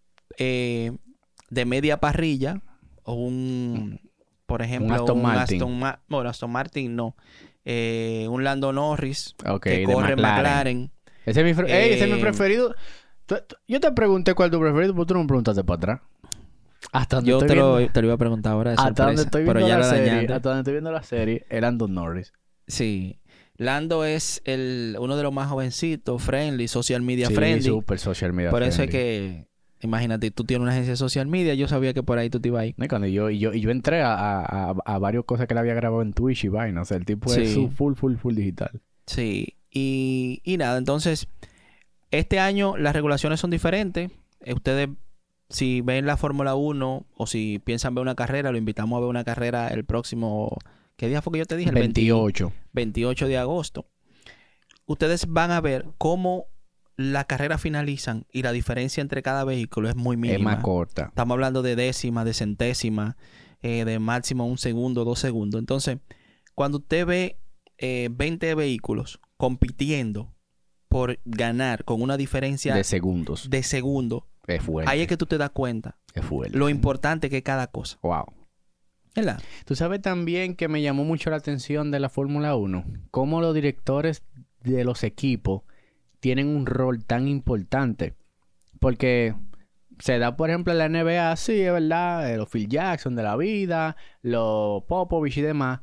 Speaker 1: De media parrilla. O por ejemplo,
Speaker 2: Aston Martin.
Speaker 1: Aston Martin no. Un Lando Norris.
Speaker 2: Okay,
Speaker 1: que corre McLaren.
Speaker 2: Ese es mi preferido. Yo te pregunté cuál es tu preferido, pero tú no me preguntaste para atrás.
Speaker 1: Yo te lo iba a preguntar ahora de sorpresa,
Speaker 2: donde estoy viendo
Speaker 1: pero ya
Speaker 2: la
Speaker 1: lo
Speaker 2: serie,
Speaker 1: dañaste.
Speaker 2: hasta donde estoy viendo la serie, el Lando Norris.
Speaker 1: Sí. Lando es uno de los más jovencitos, friendly, social media
Speaker 2: sí,
Speaker 1: friendly.
Speaker 2: Super social media
Speaker 1: por
Speaker 2: friendly.
Speaker 1: eso es que, imagínate, tú tienes una agencia de social media, yo sabía que por ahí tú te ibas ahí.
Speaker 2: No, cuando yo entré a varias cosas que él había grabado en Twitch y vaina. O sea, el tipo es su full digital.
Speaker 1: Sí. Y nada, entonces, este año las regulaciones son diferentes. Ustedes, si ven la Fórmula 1 o si piensan ver una carrera, lo invitamos a ver una carrera el próximo... ¿Qué día fue que yo te dije? El
Speaker 2: 28.
Speaker 1: 28 de agosto. Ustedes van a ver cómo las carreras finalizan y la diferencia entre cada vehículo es muy mínima.
Speaker 2: Es más corta.
Speaker 1: Estamos hablando de décima, de centésima, de máximo 1 segundo, 2 segundos. Entonces, cuando usted ve 20 vehículos compitiendo por ganar con una diferencia
Speaker 2: de segundos. Es fuerte.
Speaker 1: Ahí es que tú te das cuenta.
Speaker 2: Es fuerte.
Speaker 1: Lo importante que es cada cosa.
Speaker 2: Wow.
Speaker 1: ¿Verdad?
Speaker 2: Tú sabes también que me llamó mucho la atención de la Fórmula 1. Cómo los directores de los equipos tienen un rol tan importante. Porque se da, por ejemplo, en la NBA, sí, es verdad, los Phil Jackson de la vida, los Popovich y demás.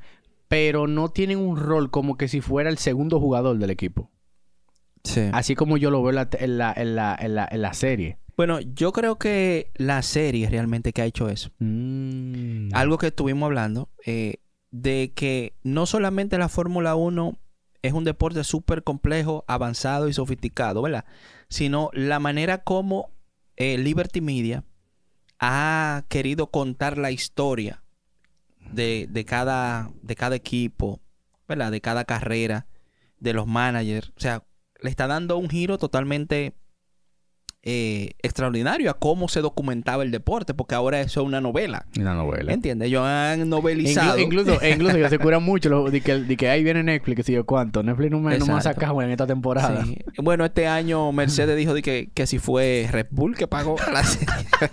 Speaker 2: pero no tienen un rol como que si fuera el segundo jugador del equipo.
Speaker 1: Sí.
Speaker 2: Así como yo lo veo en la serie.
Speaker 1: Bueno, yo creo que la serie realmente que ha hecho eso. Algo que estuvimos hablando, de que no solamente la Fórmula 1 es un deporte súper complejo, avanzado y sofisticado, ¿verdad? Sino la manera como Liberty Media ha querido contar la historia de cada equipo, ¿verdad? De cada carrera, de los managers. O sea, le está dando un giro totalmente extraordinario a cómo se documentaba el deporte, porque ahora eso es una novela.
Speaker 2: Una novela.
Speaker 1: ¿Entiendes? Ellos han novelizado.
Speaker 2: Incluso ellos se curan mucho de que ahí viene Netflix, que sé yo cuánto. Netflix no me ha sacado en esta temporada.
Speaker 1: Sí. Bueno, este año Mercedes dijo de que si fue Red Bull que pagó la serie.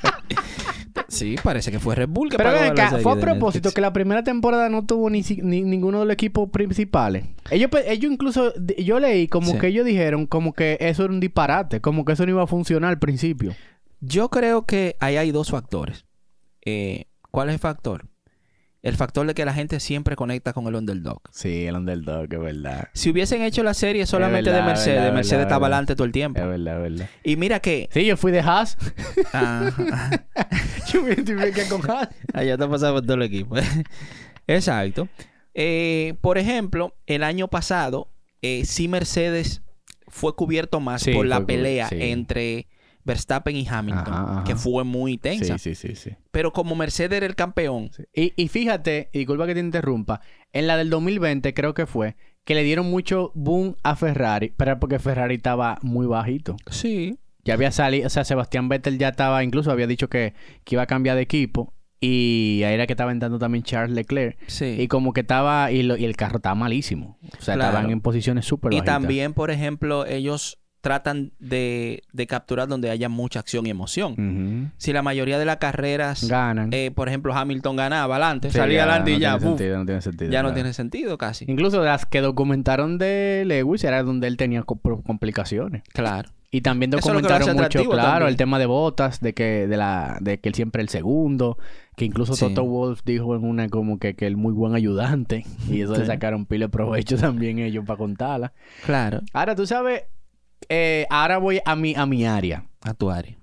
Speaker 1: Sí, parece que fue Red Bull que pagó la serie.
Speaker 2: Fue a propósito que la primera temporada no tuvo ninguno de los equipos principales. Ellos incluso, yo leí como que ellos dijeron como que eso era un disparate, como que eso no iba a funcionar al principio.
Speaker 1: Yo creo que ahí hay dos factores. ¿Cuál es el factor? El factor de que la gente siempre conecta con el underdog.
Speaker 2: Sí, el underdog, es verdad.
Speaker 1: Si hubiesen hecho la serie solamente de Mercedes, Mercedes estaba adelante todo el tiempo.
Speaker 2: Es verdad.
Speaker 1: Y mira que...
Speaker 2: Sí, yo fui de Haas.
Speaker 1: Ajá.
Speaker 2: Yo me identifiqué con Haas.
Speaker 1: Allá está pasando por todo el equipo. Exacto. Por ejemplo, el año pasado, sí Mercedes fue cubierto más por la pelea entre Verstappen y Hamilton, que fue muy tensa.
Speaker 2: Sí.
Speaker 1: Pero como Mercedes era el campeón.
Speaker 2: Sí. Y fíjate, y disculpa que te interrumpa, en la del 2020 creo que fue, que le dieron mucho boom a Ferrari, pero porque Ferrari estaba muy bajito.
Speaker 1: Sí.
Speaker 2: Ya había salido, o sea, Sebastián Vettel ya estaba, incluso había dicho que iba a cambiar de equipo. Y ahí era que estaba entrando también Charles Leclerc.
Speaker 1: Sí.
Speaker 2: Y como que estaba... Y el carro estaba malísimo. O sea, estaban en posiciones súper bajitas.
Speaker 1: Y también, por ejemplo, ellos tratan de capturar donde haya mucha acción y emoción. Si la mayoría de las carreras...
Speaker 2: ganan.
Speaker 1: Por ejemplo, Hamilton ganaba adelante. salía adelante y ya...
Speaker 2: No tiene sentido.
Speaker 1: Ya no tiene sentido casi.
Speaker 2: Incluso las que documentaron de Lewis era donde él tenía complicaciones.
Speaker 1: Claro.
Speaker 2: Y también documentaron mucho, claro, el tema de Bottas, de que él siempre el segundo, que incluso Toto Wolff dijo en una como que él muy buen ayudante, y eso le sacaron pile de provecho también ellos para contarla.
Speaker 1: Claro.
Speaker 2: Ahora, tú sabes, ahora voy a mi área.
Speaker 1: A tu área.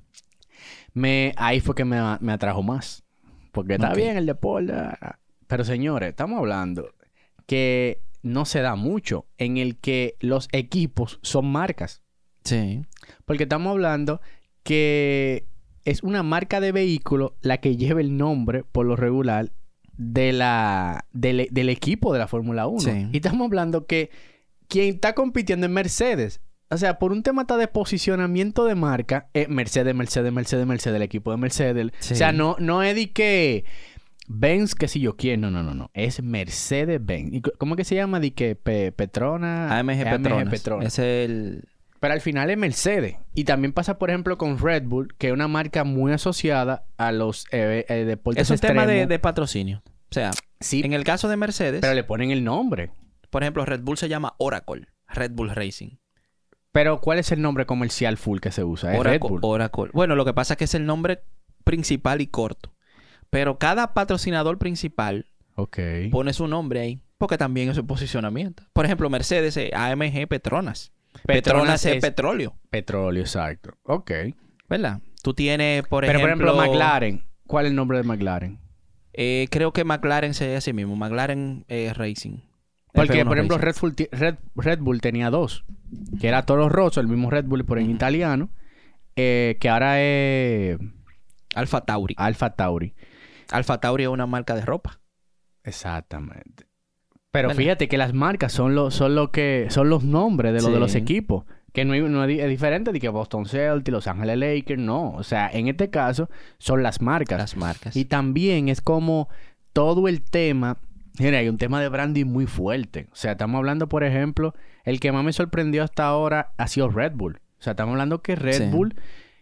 Speaker 2: Ahí fue que me atrajo más. Porque está bien el deporte. Pero señores, estamos hablando que no se da mucho en el que los equipos son marcas.
Speaker 1: Sí.
Speaker 2: Porque estamos hablando que es una marca de vehículo la que lleva el nombre, por lo regular, del equipo de la Fórmula 1.
Speaker 1: Sí.
Speaker 2: Y estamos hablando que quien está compitiendo es Mercedes. O sea, por un tema de posicionamiento de marca, Mercedes, el equipo de Mercedes.
Speaker 1: Sí.
Speaker 2: O sea, no es de que Benz, que si yo quiero. No. Es Mercedes-Benz. ¿Y cómo es que se llama? De que Petronas.
Speaker 1: AMG Petronas. Es el...
Speaker 2: Pero al final es Mercedes. Y también pasa, por ejemplo, con Red Bull, que es una marca muy asociada a los deportes
Speaker 1: es un
Speaker 2: extremos.
Speaker 1: tema de patrocinio. O sea,
Speaker 2: sí,
Speaker 1: en el caso de Mercedes...
Speaker 2: Pero le ponen el nombre.
Speaker 1: Por ejemplo, Red Bull se llama Oracle. Red Bull Racing.
Speaker 2: Pero, ¿cuál es el nombre comercial full que se usa? ¿Es
Speaker 1: Oracle,
Speaker 2: Red Bull?
Speaker 1: Oracle. Bueno, lo que pasa es que es el nombre principal y corto. Pero cada patrocinador principal pone su nombre ahí. Porque también es su posicionamiento. Por ejemplo, Mercedes es AMG Petronas. Petronas es petróleo.
Speaker 2: Petróleo, exacto. Ok.
Speaker 1: ¿Verdad? Tú tienes, por
Speaker 2: ejemplo...
Speaker 1: Pero, por ejemplo,
Speaker 2: McLaren. ¿Cuál es el nombre de McLaren?
Speaker 1: Creo que McLaren se así mismo. McLaren Racing.
Speaker 2: Porque, por ejemplo, Red Bull tenía dos. Que era Toro Rosso, el mismo Red Bull, por en italiano. Que ahora es...
Speaker 1: Alfa Tauri.
Speaker 2: Alfa Tauri
Speaker 1: es una marca de ropa.
Speaker 2: Exactamente. Pero fíjate que las marcas son los nombres de los equipos. Que no es diferente de que Boston Celtics, Los Ángeles Lakers, no. O sea, en este caso son las marcas.
Speaker 1: Las marcas.
Speaker 2: Y también es como todo el tema... Mira, hay un tema de branding muy fuerte. O sea, estamos hablando, por ejemplo... El que más me sorprendió hasta ahora ha sido Red Bull. O sea, estamos hablando que Red Bull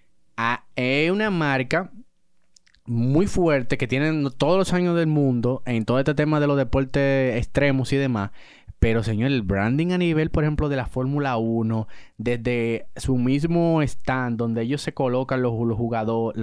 Speaker 2: es una marca... muy fuerte, que tienen todos los años del mundo en todo este tema de los deportes extremos y demás. Pero, señor, el branding a nivel, por ejemplo, de la Fórmula 1, desde su mismo stand, donde ellos se colocan los jugadores,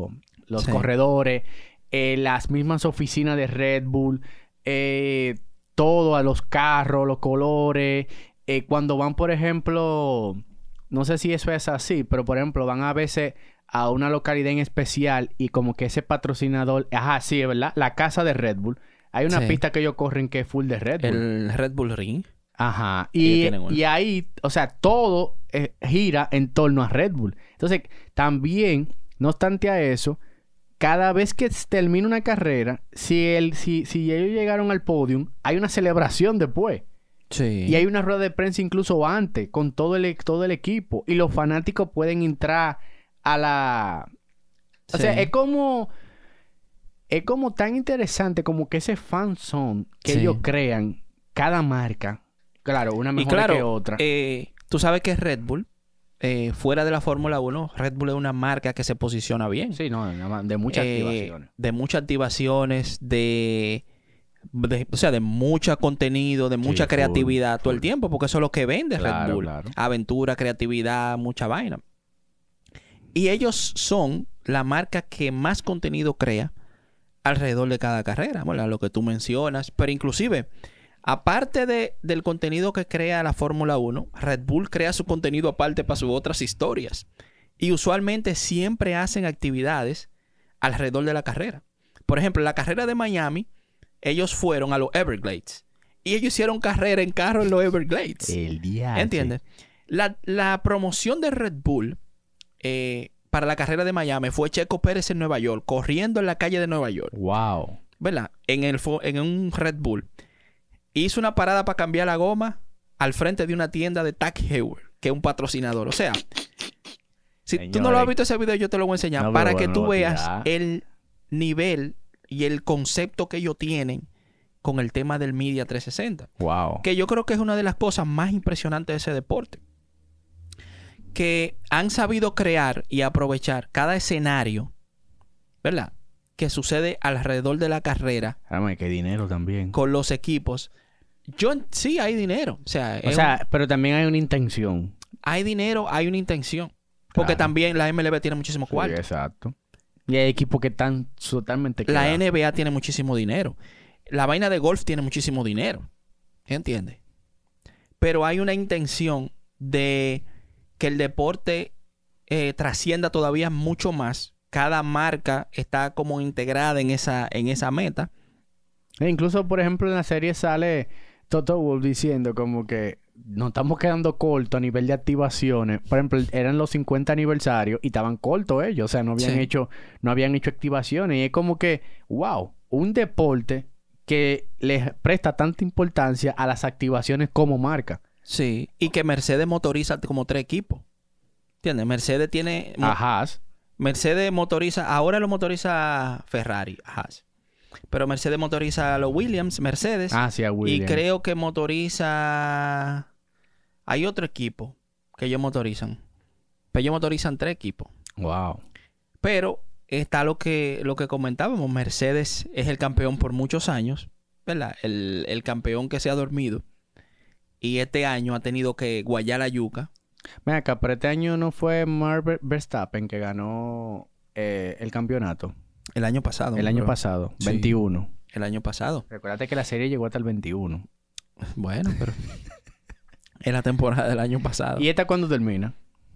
Speaker 2: los corredores, las mismas oficinas de Red Bull, todo a los carros, los colores. Cuando van, por ejemplo, no sé si eso es así, pero por ejemplo, van a veces a una localidad en especial y como que ese patrocinador, ajá, sí, es verdad, la casa de Red Bull. Hay una pista que ellos corren que es full de Red Bull.
Speaker 1: El Red Bull Ring.
Speaker 2: Ajá. Y ahí, o sea, todo gira en torno a Red Bull. Entonces, también, no obstante a eso, cada vez que termina una carrera, si ellos llegaron al podium, hay una celebración después.
Speaker 1: Sí.
Speaker 2: Y hay una rueda de prensa incluso antes, con todo el equipo. Y los fanáticos pueden entrar a la... O sea, es como tan interesante como que ese fan zone que ellos crean, cada marca. Claro, una mejor que otra.
Speaker 1: Tú sabes que Red Bull, fuera de la Fórmula 1, Red Bull es una marca que se posiciona bien.
Speaker 2: Sí, no, de muchas activaciones.
Speaker 1: De muchas activaciones, o sea, de mucho contenido, de mucha creatividad todo el tiempo, porque eso es lo que vende Red Bull. Claro. Aventura, creatividad, mucha vaina. Y ellos son la marca que más contenido crea alrededor de cada carrera, ¿verdad? Lo que tú mencionas. Pero inclusive, aparte del contenido que crea la Fórmula 1, Red Bull crea su contenido aparte para sus otras historias. Y usualmente siempre hacen actividades alrededor de la carrera. Por ejemplo, la carrera de Miami, ellos fueron a los Everglades. Y ellos hicieron carrera en carro en los Everglades.
Speaker 2: El día.
Speaker 1: ¿Entiendes? La promoción de Red Bull para la carrera de Miami fue Checo Pérez en Nueva York, corriendo en la calle de Nueva York.
Speaker 2: Wow.
Speaker 1: ¿Verdad? En un Red Bull. Hizo una parada para cambiar la goma al frente de una tienda de Tag Heuer, que es un patrocinador. O sea, si tú no lo has visto ese video, yo te lo voy a enseñar para que tú veas el nivel y el concepto que ellos tienen con el tema del Media 360.
Speaker 2: Wow.
Speaker 1: Que yo creo que es una de las cosas más impresionantes de ese deporte. Que han sabido crear y aprovechar cada escenario, ¿verdad? Que sucede alrededor de la carrera.
Speaker 2: Además, que hay dinero también.
Speaker 1: Con los equipos. Sí, hay dinero. O sea,
Speaker 2: pero también hay una intención.
Speaker 1: Hay dinero, hay una intención. Porque también la MLB tiene muchísimo cuarto.
Speaker 2: Sí, exacto. Y hay equipos que están totalmente
Speaker 1: La NBA tiene muchísimo dinero. La vaina de golf tiene muchísimo dinero. ¿Entiendes? Pero hay una intención de que el deporte trascienda todavía mucho más. Cada marca está como integrada en esa meta.
Speaker 2: E incluso, por ejemplo, en la serie sale Toto Wolff diciendo como que nos estamos quedando cortos a nivel de activaciones. Por ejemplo, eran los 50 aniversarios y estaban cortos ellos. O sea, no habían hecho activaciones. Y es como que, wow, un deporte que les presta tanta importancia a las activaciones como marca.
Speaker 1: Sí, y que Mercedes motoriza como 3 equipos. ¿Entiendes? Mercedes tiene... Mercedes motoriza... Ahora lo motoriza Ferrari, Haas. Pero Mercedes motoriza a los Williams, Mercedes.
Speaker 2: Sí, a Williams.
Speaker 1: Y creo que motoriza... Hay otro equipo que ellos motorizan. Pero ellos motorizan 3 equipos.
Speaker 2: Wow.
Speaker 1: Pero está lo que comentábamos. Mercedes es el campeón por muchos años, ¿verdad? El campeón que se ha dormido. Y este año ha tenido que guayar la yuca.
Speaker 2: Ven acá, pero este año no fue Max Verstappen que ganó el campeonato.
Speaker 1: El año pasado.
Speaker 2: El año pasado, sí. 21.
Speaker 1: El año pasado.
Speaker 2: Recuérdate que la serie llegó hasta el 21.
Speaker 1: Bueno, pero... es la temporada del año pasado.
Speaker 2: ¿Y esta cuándo termina?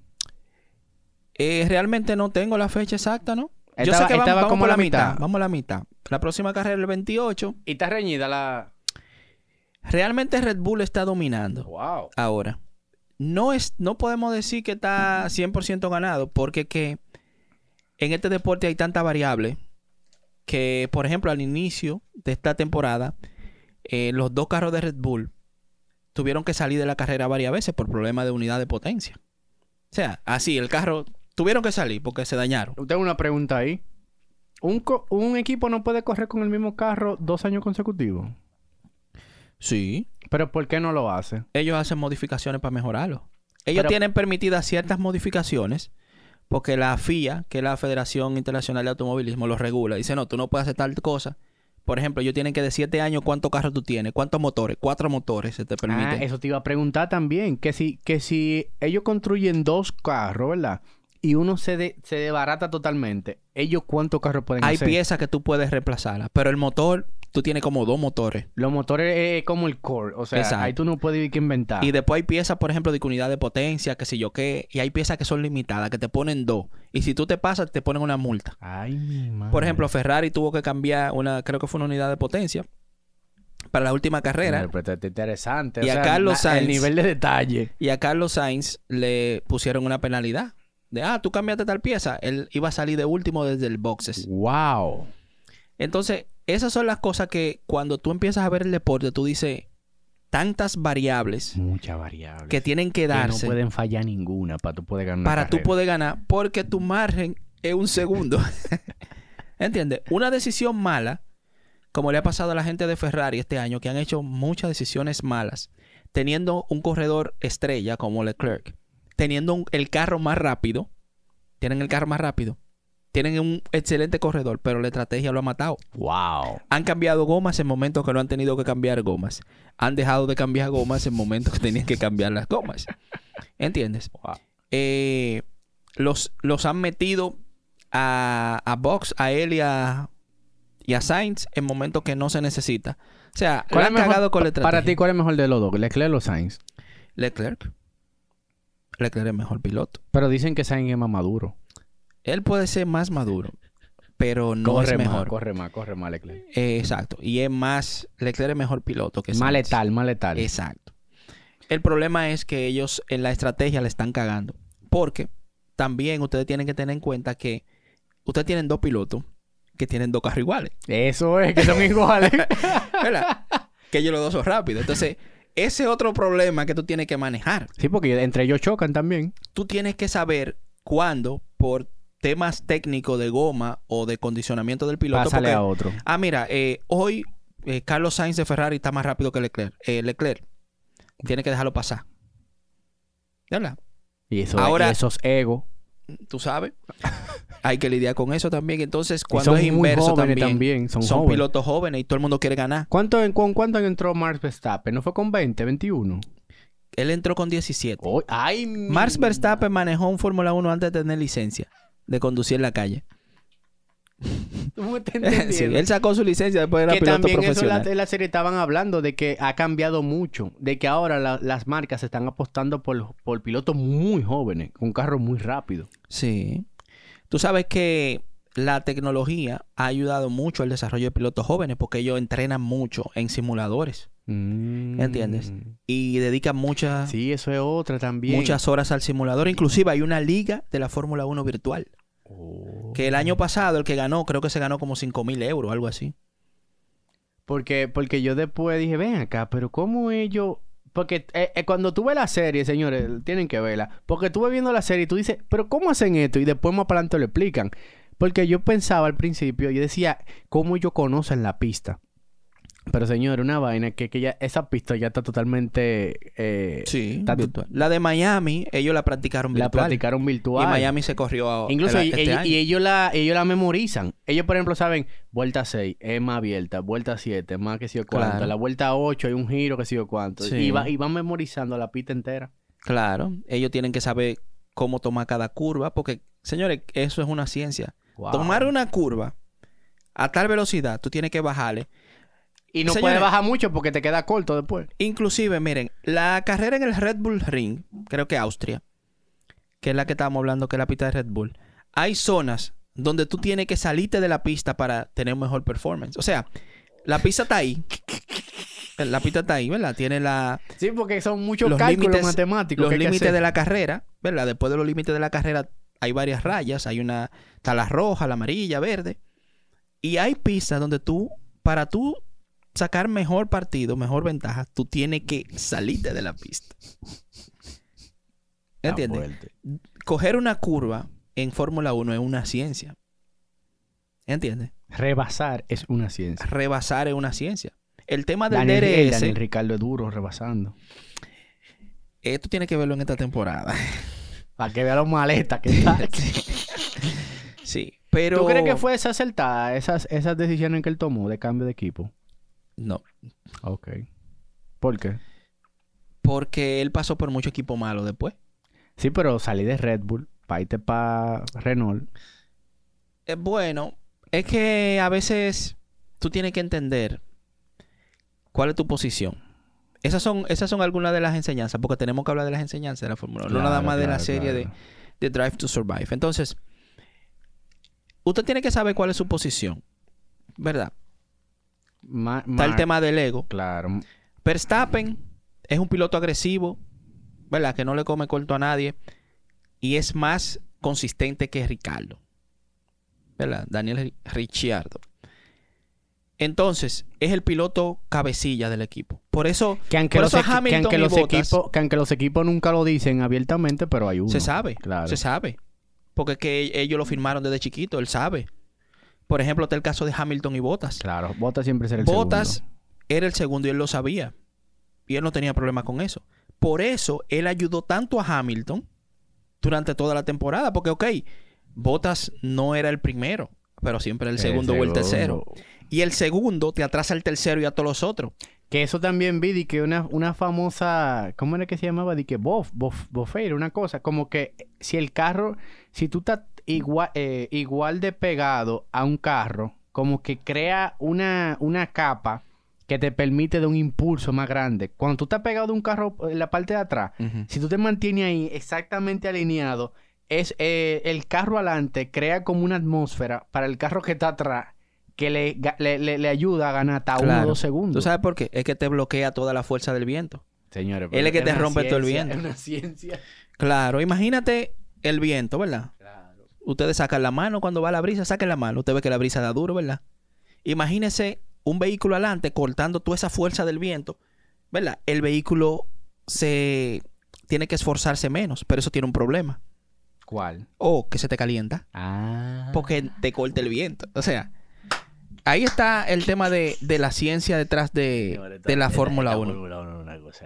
Speaker 1: Realmente no tengo la fecha exacta, ¿no?
Speaker 2: Yo sé que vamos como a la mitad.
Speaker 1: Vamos a la mitad. La próxima carrera es el 28.
Speaker 2: ¿Y está reñida la...?
Speaker 1: Realmente Red Bull está dominando.
Speaker 2: Wow.
Speaker 1: Ahora, no podemos decir que está 100% ganado, porque que en este deporte hay tanta variable que, por ejemplo, al inicio de esta temporada, los 2 carros de Red Bull tuvieron que salir de la carrera varias veces por problemas de unidad de potencia. O sea, así, el carro tuvieron que salir porque se dañaron.
Speaker 2: Tengo una pregunta ahí. ¿Un equipo no puede correr con el mismo carro 2 años consecutivos?
Speaker 1: Sí.
Speaker 2: ¿Pero por qué no lo hace?
Speaker 1: Ellos hacen modificaciones para mejorarlo. Ellos tienen permitidas ciertas modificaciones porque la FIA, que es la Federación Internacional de Automovilismo, lo regula. Dice, no, tú no puedes hacer tal cosa. Por ejemplo, ellos tienen que de 7 años cuántos carros tú tienes, cuántos motores, 4 motores se te permite.
Speaker 2: Eso te iba a preguntar también. Que si ellos construyen 2 carros, ¿verdad? Y uno se desbarata totalmente, ¿ellos cuántos carros pueden hacer?
Speaker 1: Hay piezas que tú puedes reemplazarlas, pero el motor tú tienes como 2 motores.
Speaker 2: Los motores es como el core. O sea,
Speaker 1: Exacto.
Speaker 2: ahí tú no puedes ir que inventar.
Speaker 1: Y después hay piezas, por ejemplo, de unidad de potencia, qué sé yo qué. Y hay piezas que son limitadas, que te ponen 2. Y si tú te pasas, te ponen una multa.
Speaker 2: Ay, mi madre.
Speaker 1: Por ejemplo, Ferrari tuvo que cambiar creo que fue una unidad de potencia para la última carrera.
Speaker 2: Pero está interesante.
Speaker 1: Y
Speaker 2: o
Speaker 1: a
Speaker 2: sea,
Speaker 1: Carlos Sainz.
Speaker 2: el nivel de detalle.
Speaker 1: Y a Carlos Sainz le pusieron una penalidad. Tú cambiaste tal pieza. Él iba a salir de último desde el boxes.
Speaker 2: Wow.
Speaker 1: Entonces, esas son las cosas que cuando tú empiezas a ver el deporte, tú dices tantas variables
Speaker 2: Muchas variables.
Speaker 1: que tienen que darse
Speaker 2: no pueden fallar ninguna para tú poder ganar.
Speaker 1: para tú poder ganar, porque tu margen es un segundo. ¿Entiendes? Una decisión mala, como le ha pasado a la gente de Ferrari este año, que han hecho muchas decisiones malas, teniendo un corredor estrella como Leclerc, teniendo el carro más rápido, tienen el carro más rápido, tienen un excelente corredor, pero la estrategia lo ha matado.
Speaker 2: Wow.
Speaker 1: Han cambiado gomas en momentos que no han tenido que cambiar gomas. Han dejado de cambiar gomas en momentos que tenían que cambiar las gomas. ¿Entiendes?
Speaker 2: Wow.
Speaker 1: Los han metido a Box, a él y a Sainz en momentos que no se necesita. O sea,
Speaker 2: ¿Cuál
Speaker 1: la
Speaker 2: es
Speaker 1: han
Speaker 2: mejor,
Speaker 1: cagado con la estrategia.
Speaker 2: para ti, ¿cuál es mejor de los dos? ¿Leclerc o Sainz?
Speaker 1: Leclerc. Leclerc es mejor piloto.
Speaker 2: Pero dicen que Sainz es más maduro.
Speaker 1: Él puede ser más maduro, pero no
Speaker 2: corre
Speaker 1: es mejor.
Speaker 2: Corre más Leclerc.
Speaker 1: Exacto. Y es más... Leclerc es mejor piloto que Sainz.
Speaker 2: Más letal.
Speaker 1: Exacto. El problema es que ellos en la estrategia le están cagando. Porque también ustedes tienen que tener en cuenta que ustedes tienen 2 pilotos que tienen 2 carros iguales.
Speaker 2: Eso es, que son iguales.
Speaker 1: ¿Verdad? Que ellos los 2 son rápidos. Entonces, ese otro problema que tú tienes que manejar.
Speaker 2: Sí, porque entre ellos chocan también.
Speaker 1: Tú tienes que saber cuándo, por temas técnicos de goma o de condicionamiento del piloto.
Speaker 2: Pásale a otro.
Speaker 1: Mira, hoy Carlos Sainz de Ferrari está más rápido que Leclerc. Leclerc tiene que dejarlo pasar. ¿Verdad?
Speaker 2: Y
Speaker 1: Ahora,
Speaker 2: esos egos.
Speaker 1: Tú sabes. Hay que lidiar con eso también. Entonces,
Speaker 2: Y
Speaker 1: cuando
Speaker 2: son
Speaker 1: es
Speaker 2: muy
Speaker 1: inverso
Speaker 2: jóvenes
Speaker 1: también,
Speaker 2: son
Speaker 1: son
Speaker 2: jóvenes.
Speaker 1: pilotos jóvenes y todo el mundo quiere ganar.
Speaker 2: ¿Cuánto entró Max Verstappen? ¿No fue con 20, 21?
Speaker 1: Él entró con 17.
Speaker 2: Oh, ¡ay!
Speaker 1: Max Verstappen manejó un Fórmula 1 antes de tener licencia de conducir en la calle.
Speaker 2: ¿Tú me estás entendiendo?
Speaker 1: Sí, él sacó su licencia después de
Speaker 2: que
Speaker 1: piloto
Speaker 2: también
Speaker 1: profesional.
Speaker 2: eso en la serie estaban hablando de que ha cambiado mucho. De que ahora las marcas están apostando por pilotos muy jóvenes, con carros muy rápidos.
Speaker 1: Sí. Tú sabes que la tecnología ha ayudado mucho al desarrollo de pilotos jóvenes porque ellos entrenan mucho en simuladores. ¿Entiendes? Y dedican
Speaker 2: Sí, eso es otra también.
Speaker 1: muchas horas al simulador. Inclusive hay una liga de la Fórmula 1 virtual.
Speaker 2: Oh.
Speaker 1: Que el año pasado el que ganó, creo que se ganó como 5,000 euros, algo así.
Speaker 2: Porque yo después dije, ven acá, pero ¿cómo ellos...? Porque cuando tú ves la serie, señores, tienen que verla. Porque tú ves viendo la serie y tú dices, pero ¿cómo hacen esto? Y después más para adelante lo explican. Porque yo pensaba al principio, yo decía, ¿cómo ellos conocen la pista? Pero señor, una vaina que ya esa pista ya está totalmente...
Speaker 1: Sí,
Speaker 2: está
Speaker 1: virtual. La de Miami, ellos la practicaron virtual.
Speaker 2: La practicaron virtual.
Speaker 1: Y Miami se corrió
Speaker 2: Incluso
Speaker 1: este año.
Speaker 2: ellos la memorizan. Ellos, por ejemplo, saben, vuelta 6 es más abierta, vuelta 7 más que si o cuánto.
Speaker 1: Claro.
Speaker 2: La vuelta 8 hay un giro que si o cuánto.
Speaker 1: Sí.
Speaker 2: Y van memorizando la pista entera.
Speaker 1: Claro. Ellos tienen que saber cómo tomar cada curva. Porque, señores, eso es una ciencia.
Speaker 2: Wow.
Speaker 1: Tomar una curva a tal velocidad, tú tienes que bajarle.
Speaker 2: Y no
Speaker 1: Señores,
Speaker 2: puedes bajar mucho porque te queda corto después.
Speaker 1: Inclusive, miren, la carrera en el Red Bull Ring, creo que Austria, que es la que estábamos hablando, que es la pista de Red Bull, hay zonas donde tú tienes que salirte de la pista para tener un mejor performance. O sea, la pista está ahí. La pista está ahí, ¿verdad? Tiene
Speaker 2: Sí, porque son muchos
Speaker 1: los
Speaker 2: cálculos
Speaker 1: límites,
Speaker 2: matemáticos.
Speaker 1: los
Speaker 2: que hay que
Speaker 1: límites
Speaker 2: hacer.
Speaker 1: de la carrera, ¿verdad? Después de los límites de la carrera hay varias rayas. Está la roja, la amarilla, verde. Y hay pistas donde para tú sacar mejor partido, mejor ventaja, tú tienes que salirte de la pista. ¿Entiendes? Coger una curva en Fórmula 1 es una ciencia. ¿Entiendes?
Speaker 2: Rebasar es una ciencia.
Speaker 1: Rebasar es una ciencia. El tema del
Speaker 2: Daniel
Speaker 1: DRS...
Speaker 2: Ricardo es duro rebasando.
Speaker 1: Esto tiene que verlo en esta temporada.
Speaker 2: Para que vea los maletas que está.
Speaker 1: Sí, pero...
Speaker 2: ¿Tú crees que fue desacertada esas decisiones que él tomó de cambio de equipo?
Speaker 1: No.
Speaker 2: Ok. ¿Por qué?
Speaker 1: Porque él pasó por mucho equipo malo después.
Speaker 2: Sí, pero salí de Red Bull para irte para Renault.
Speaker 1: Bueno, es que a veces tú tienes que entender ¿Cuál es tu posición? Esas son algunas de las enseñanzas, porque tenemos que hablar de las enseñanzas de la Fórmula 1, no nada más de la serie de Drive to Survive. Entonces, usted tiene que saber cuál es su posición, ¿verdad? Está el tema del ego.
Speaker 2: Claro.
Speaker 1: Verstappen es un piloto agresivo, ¿verdad? Que no le come corto a nadie y es más consistente que Ricardo, ¿verdad? Daniel Ricciardo. Entonces, es el piloto cabecilla del equipo. Por eso,
Speaker 2: que aunque los equipos nunca lo dicen abiertamente, pero hay uno.
Speaker 1: Se sabe,
Speaker 2: claro.
Speaker 1: Se sabe. Porque es que ellos lo firmaron desde chiquito, él sabe. Por ejemplo, está el caso de Hamilton y Bottas.
Speaker 2: Claro, Bottas siempre será el segundo.
Speaker 1: Bottas era el segundo y él lo sabía. Y él no tenía problema con eso. Por eso, él ayudó tanto a Hamilton durante toda la temporada. Porque, ok, Bottas no era el primero, pero siempre el segundo o el tercero. Y el segundo te atrasa al tercero y a todos los otros.
Speaker 2: Que eso también vi, de que una famosa... ¿Cómo era que se llamaba? De que Bofeira, una cosa. Como que si el carro... Si tú estás igual de pegado a un carro, como que crea una capa que te permite de un impulso más grande. Cuando tú estás pegado de un carro en la parte de atrás, si tú te mantienes ahí exactamente alineado, el carro adelante crea como una atmósfera para el carro que está atrás que le ayuda a ganar hasta 1 o 2 segundos.
Speaker 1: ¿Tú sabes por qué? Es que te bloquea toda la fuerza del viento.
Speaker 2: Señores,
Speaker 1: él es que te rompe todo el viento.
Speaker 2: Es una ciencia.
Speaker 1: Claro, imagínate el viento, ¿verdad?
Speaker 2: Claro.
Speaker 1: Ustedes sacan la mano cuando va la brisa, saquen la mano. Usted ve que la brisa da duro, ¿verdad? Imagínese un vehículo adelante cortando toda esa fuerza del viento, ¿verdad? El vehículo tiene que esforzarse menos, pero eso tiene un problema.
Speaker 2: ¿Cuál?
Speaker 1: Que se te calienta. Porque te corta el viento. O sea, ahí está el tema de la ciencia detrás de la Fórmula 1.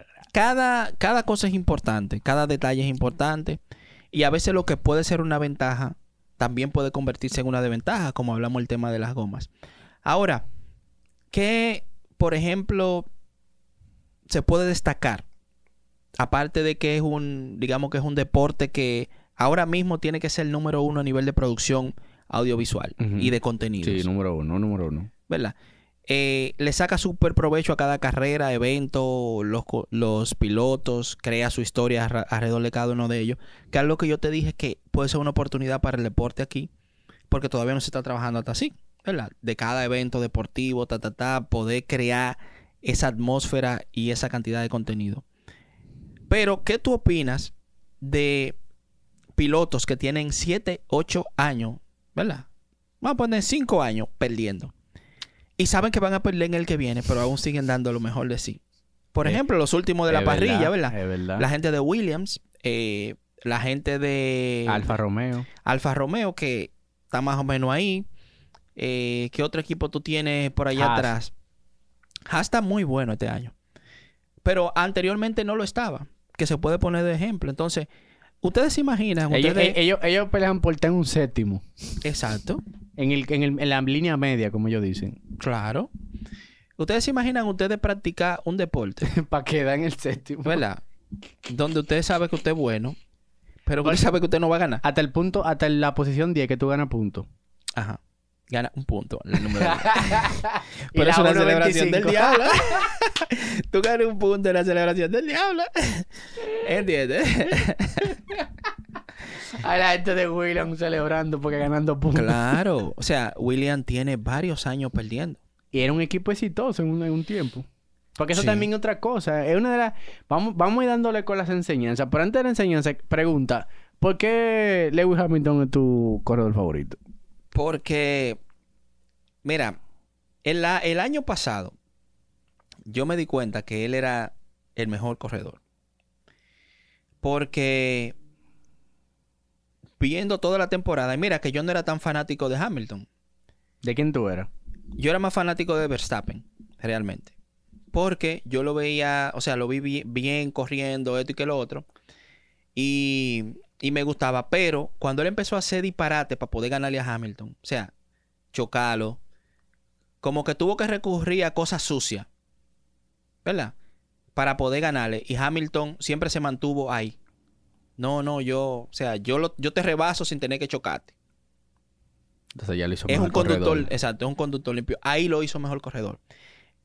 Speaker 1: Cada cosa es importante. Cada detalle es importante. Y a veces lo que puede ser una ventaja también puede convertirse en una desventaja, como hablamos del tema de las gomas. Ahora, ¿qué, por ejemplo, se puede destacar? Aparte de que digamos que es un deporte que ahora mismo tiene que ser el número 1 a nivel de producción audiovisual y de contenidos.
Speaker 2: Sí, número uno.
Speaker 1: ¿Verdad? Le saca súper provecho a cada carrera, evento, los pilotos, crea su historia alrededor de cada uno de ellos. Que algo que yo te dije que puede ser una oportunidad para el deporte aquí, porque todavía no se está trabajando hasta así, ¿verdad? De cada evento deportivo, poder crear esa atmósfera y esa cantidad de contenido. Pero, ¿qué tú opinas de pilotos que tienen 7, 8 años, ¿verdad? Vamos a poner 5 años perdiendo. Y saben que van a perder en el que viene, pero aún siguen dando lo mejor de sí. Por ejemplo, los últimos de la parrilla, ¿verdad?
Speaker 2: Es verdad.
Speaker 1: La gente de Williams, la gente de...
Speaker 2: Alfa Romeo, que está más o menos ahí. ¿Qué otro equipo tú tienes por allá atrás? Haas está muy bueno este año. Pero anteriormente no lo estaba. Que se puede poner de ejemplo. Entonces, ustedes se imaginan... Ellos pelean por tener un séptimo.
Speaker 1: Exacto.
Speaker 2: En la línea media, como ellos dicen.
Speaker 1: Claro. Ustedes se imaginan practicar un deporte.
Speaker 2: Para quedar en el séptimo.
Speaker 1: ¿Verdad? Donde usted sabe que usted es bueno, pero usted sabe que usted no va a ganar.
Speaker 2: Hasta la posición 10 que tú ganas puntos.
Speaker 1: Ajá. Gana un punto. El número 10. Pero es una celebración del diablo. Tú ganas un punto en la celebración del diablo. ¿Entiendes?
Speaker 2: A la gente de Williams celebrando porque ganando puntos.
Speaker 1: Claro. O sea, Williams tiene varios años perdiendo.
Speaker 2: Y era un equipo exitoso en un tiempo. Porque eso también es otra cosa. Es una de las... Vamos a ir dándole con las enseñanzas. Pero antes de la enseñanza, pregunta. ¿Por qué Lewis Hamilton es tu corredor favorito?
Speaker 1: Porque... Mira, el año pasado yo me di cuenta que él era el mejor corredor. Porque... viendo toda la temporada... Y mira que yo no era tan fanático de Hamilton.
Speaker 2: ¿De quién tú eras?
Speaker 1: Yo era más fanático de Verstappen, realmente. Porque yo lo veía, o sea, lo vi bien corriendo, esto y que lo otro. Y me gustaba. Pero cuando él empezó a hacer disparate para poder ganarle a Hamilton, o sea, chocarlo, como que tuvo que recurrir a cosas sucias, ¿verdad? Para poder ganarle. Y Hamilton siempre se mantuvo ahí. No, yo te rebaso sin tener que chocarte.
Speaker 2: Entonces ya lo hizo
Speaker 1: es
Speaker 2: mejor
Speaker 1: un conductor,
Speaker 2: corredor.
Speaker 1: exacto, es un conductor limpio. Ahí lo hizo mejor corredor.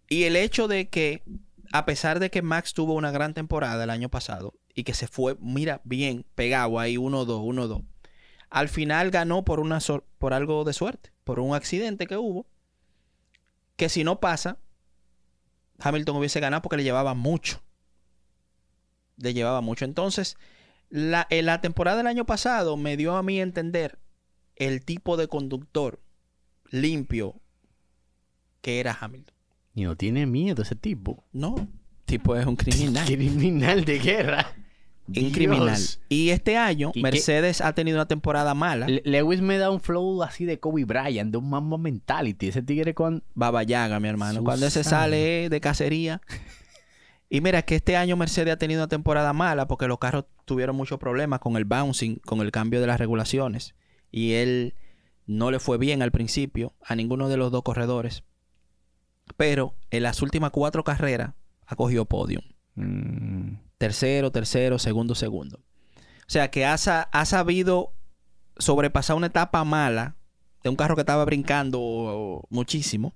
Speaker 1: Y el hecho de que, a pesar de que Max tuvo una gran temporada el año pasado y que se fue, mira, bien pegado ahí 1-2, 1-2, al final ganó por algo de suerte, por un accidente que hubo, que si no pasa, Hamilton hubiese ganado porque le llevaba mucho. Le llevaba mucho. Entonces, en la temporada del año pasado me dio a mí a entender el tipo de conductor limpio que era Hamilton.
Speaker 2: Y no tiene miedo ese tipo.
Speaker 1: No, tipo es un criminal.
Speaker 2: Criminal de guerra.
Speaker 1: Un criminal. Y este año Mercedes ha tenido una temporada mala.
Speaker 2: Lewis me da un flow así de Kobe Bryant, de un Mamba Mentality. Ese tigre con...
Speaker 1: Baba Yaga, mi hermano. Cuando ese sale de cacería. Y mira, que este año Mercedes ha tenido una temporada mala porque los carros tuvieron muchos problemas con el bouncing, con el cambio de las regulaciones. Y él no le fue bien al principio a ninguno de los dos corredores. Pero en las últimas 4 carreras ha cogido podium. Tercero, segundo. O sea que ha sabido sobrepasar una etapa mala de un carro que estaba brincando muchísimo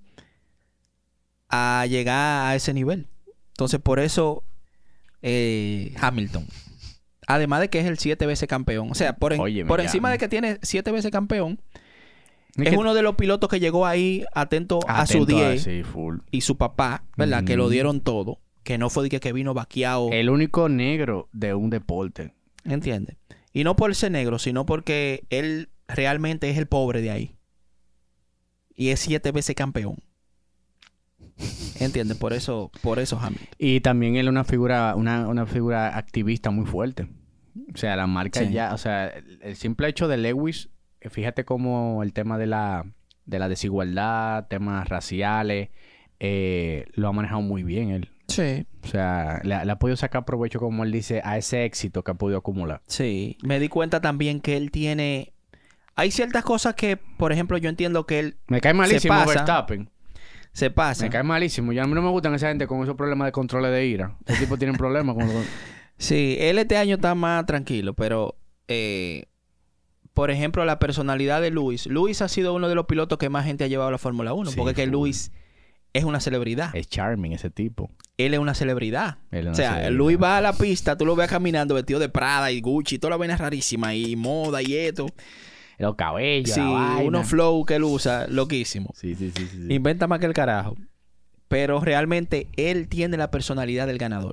Speaker 1: a llegar a ese nivel. Entonces por eso Hamilton, además de que es el 7 veces campeón, o sea, por encima de que tiene 7 veces campeón, es uno de los pilotos que llegó ahí atento a su 10 y su papá, ¿verdad? Que lo dieron todo. Que no fue de que vino vaqueado.
Speaker 2: El único negro de un deporte.
Speaker 1: ¿Entiendes? Y no por ser negro, sino porque él realmente es el pobre de ahí. Y es 7 veces campeón. ¿Entiendes? Por eso Hamilton.
Speaker 2: Y también él es una figura activista muy fuerte. O sea, la marca ya... O sea, el simple hecho de Lewis... Fíjate cómo el tema de la desigualdad, temas raciales... lo ha manejado muy bien él.
Speaker 1: Sí.
Speaker 2: O sea, le ha podido sacar provecho, como él dice, a ese éxito que ha podido acumular.
Speaker 1: Sí. Me di cuenta también que él tiene... Hay ciertas cosas que, por ejemplo, yo entiendo que él...
Speaker 2: Me cae malísimo Verstappen.
Speaker 1: Se pasa.
Speaker 2: Me cae malísimo. A mí no me gustan esa gente con esos problemas de controles de ira. Ese tipo tiene problemas con...
Speaker 1: Sí. Él este año está más tranquilo, pero... por ejemplo, la personalidad de Lewis. Lewis ha sido uno de los pilotos que más gente ha llevado a la Fórmula 1. Sí, porque es que Lewis... es una celebridad.
Speaker 2: Es charming ese tipo.
Speaker 1: Él es una celebridad. Luis va a la pista, tú lo ves caminando vestido de Prada y Gucci, toda la vaina rarísima y moda y esto.
Speaker 2: Los cabellos,
Speaker 1: sí, unos flow que él usa, loquísimo.
Speaker 2: Sí.
Speaker 1: Inventa más que el carajo. Pero realmente él tiene la personalidad del ganador.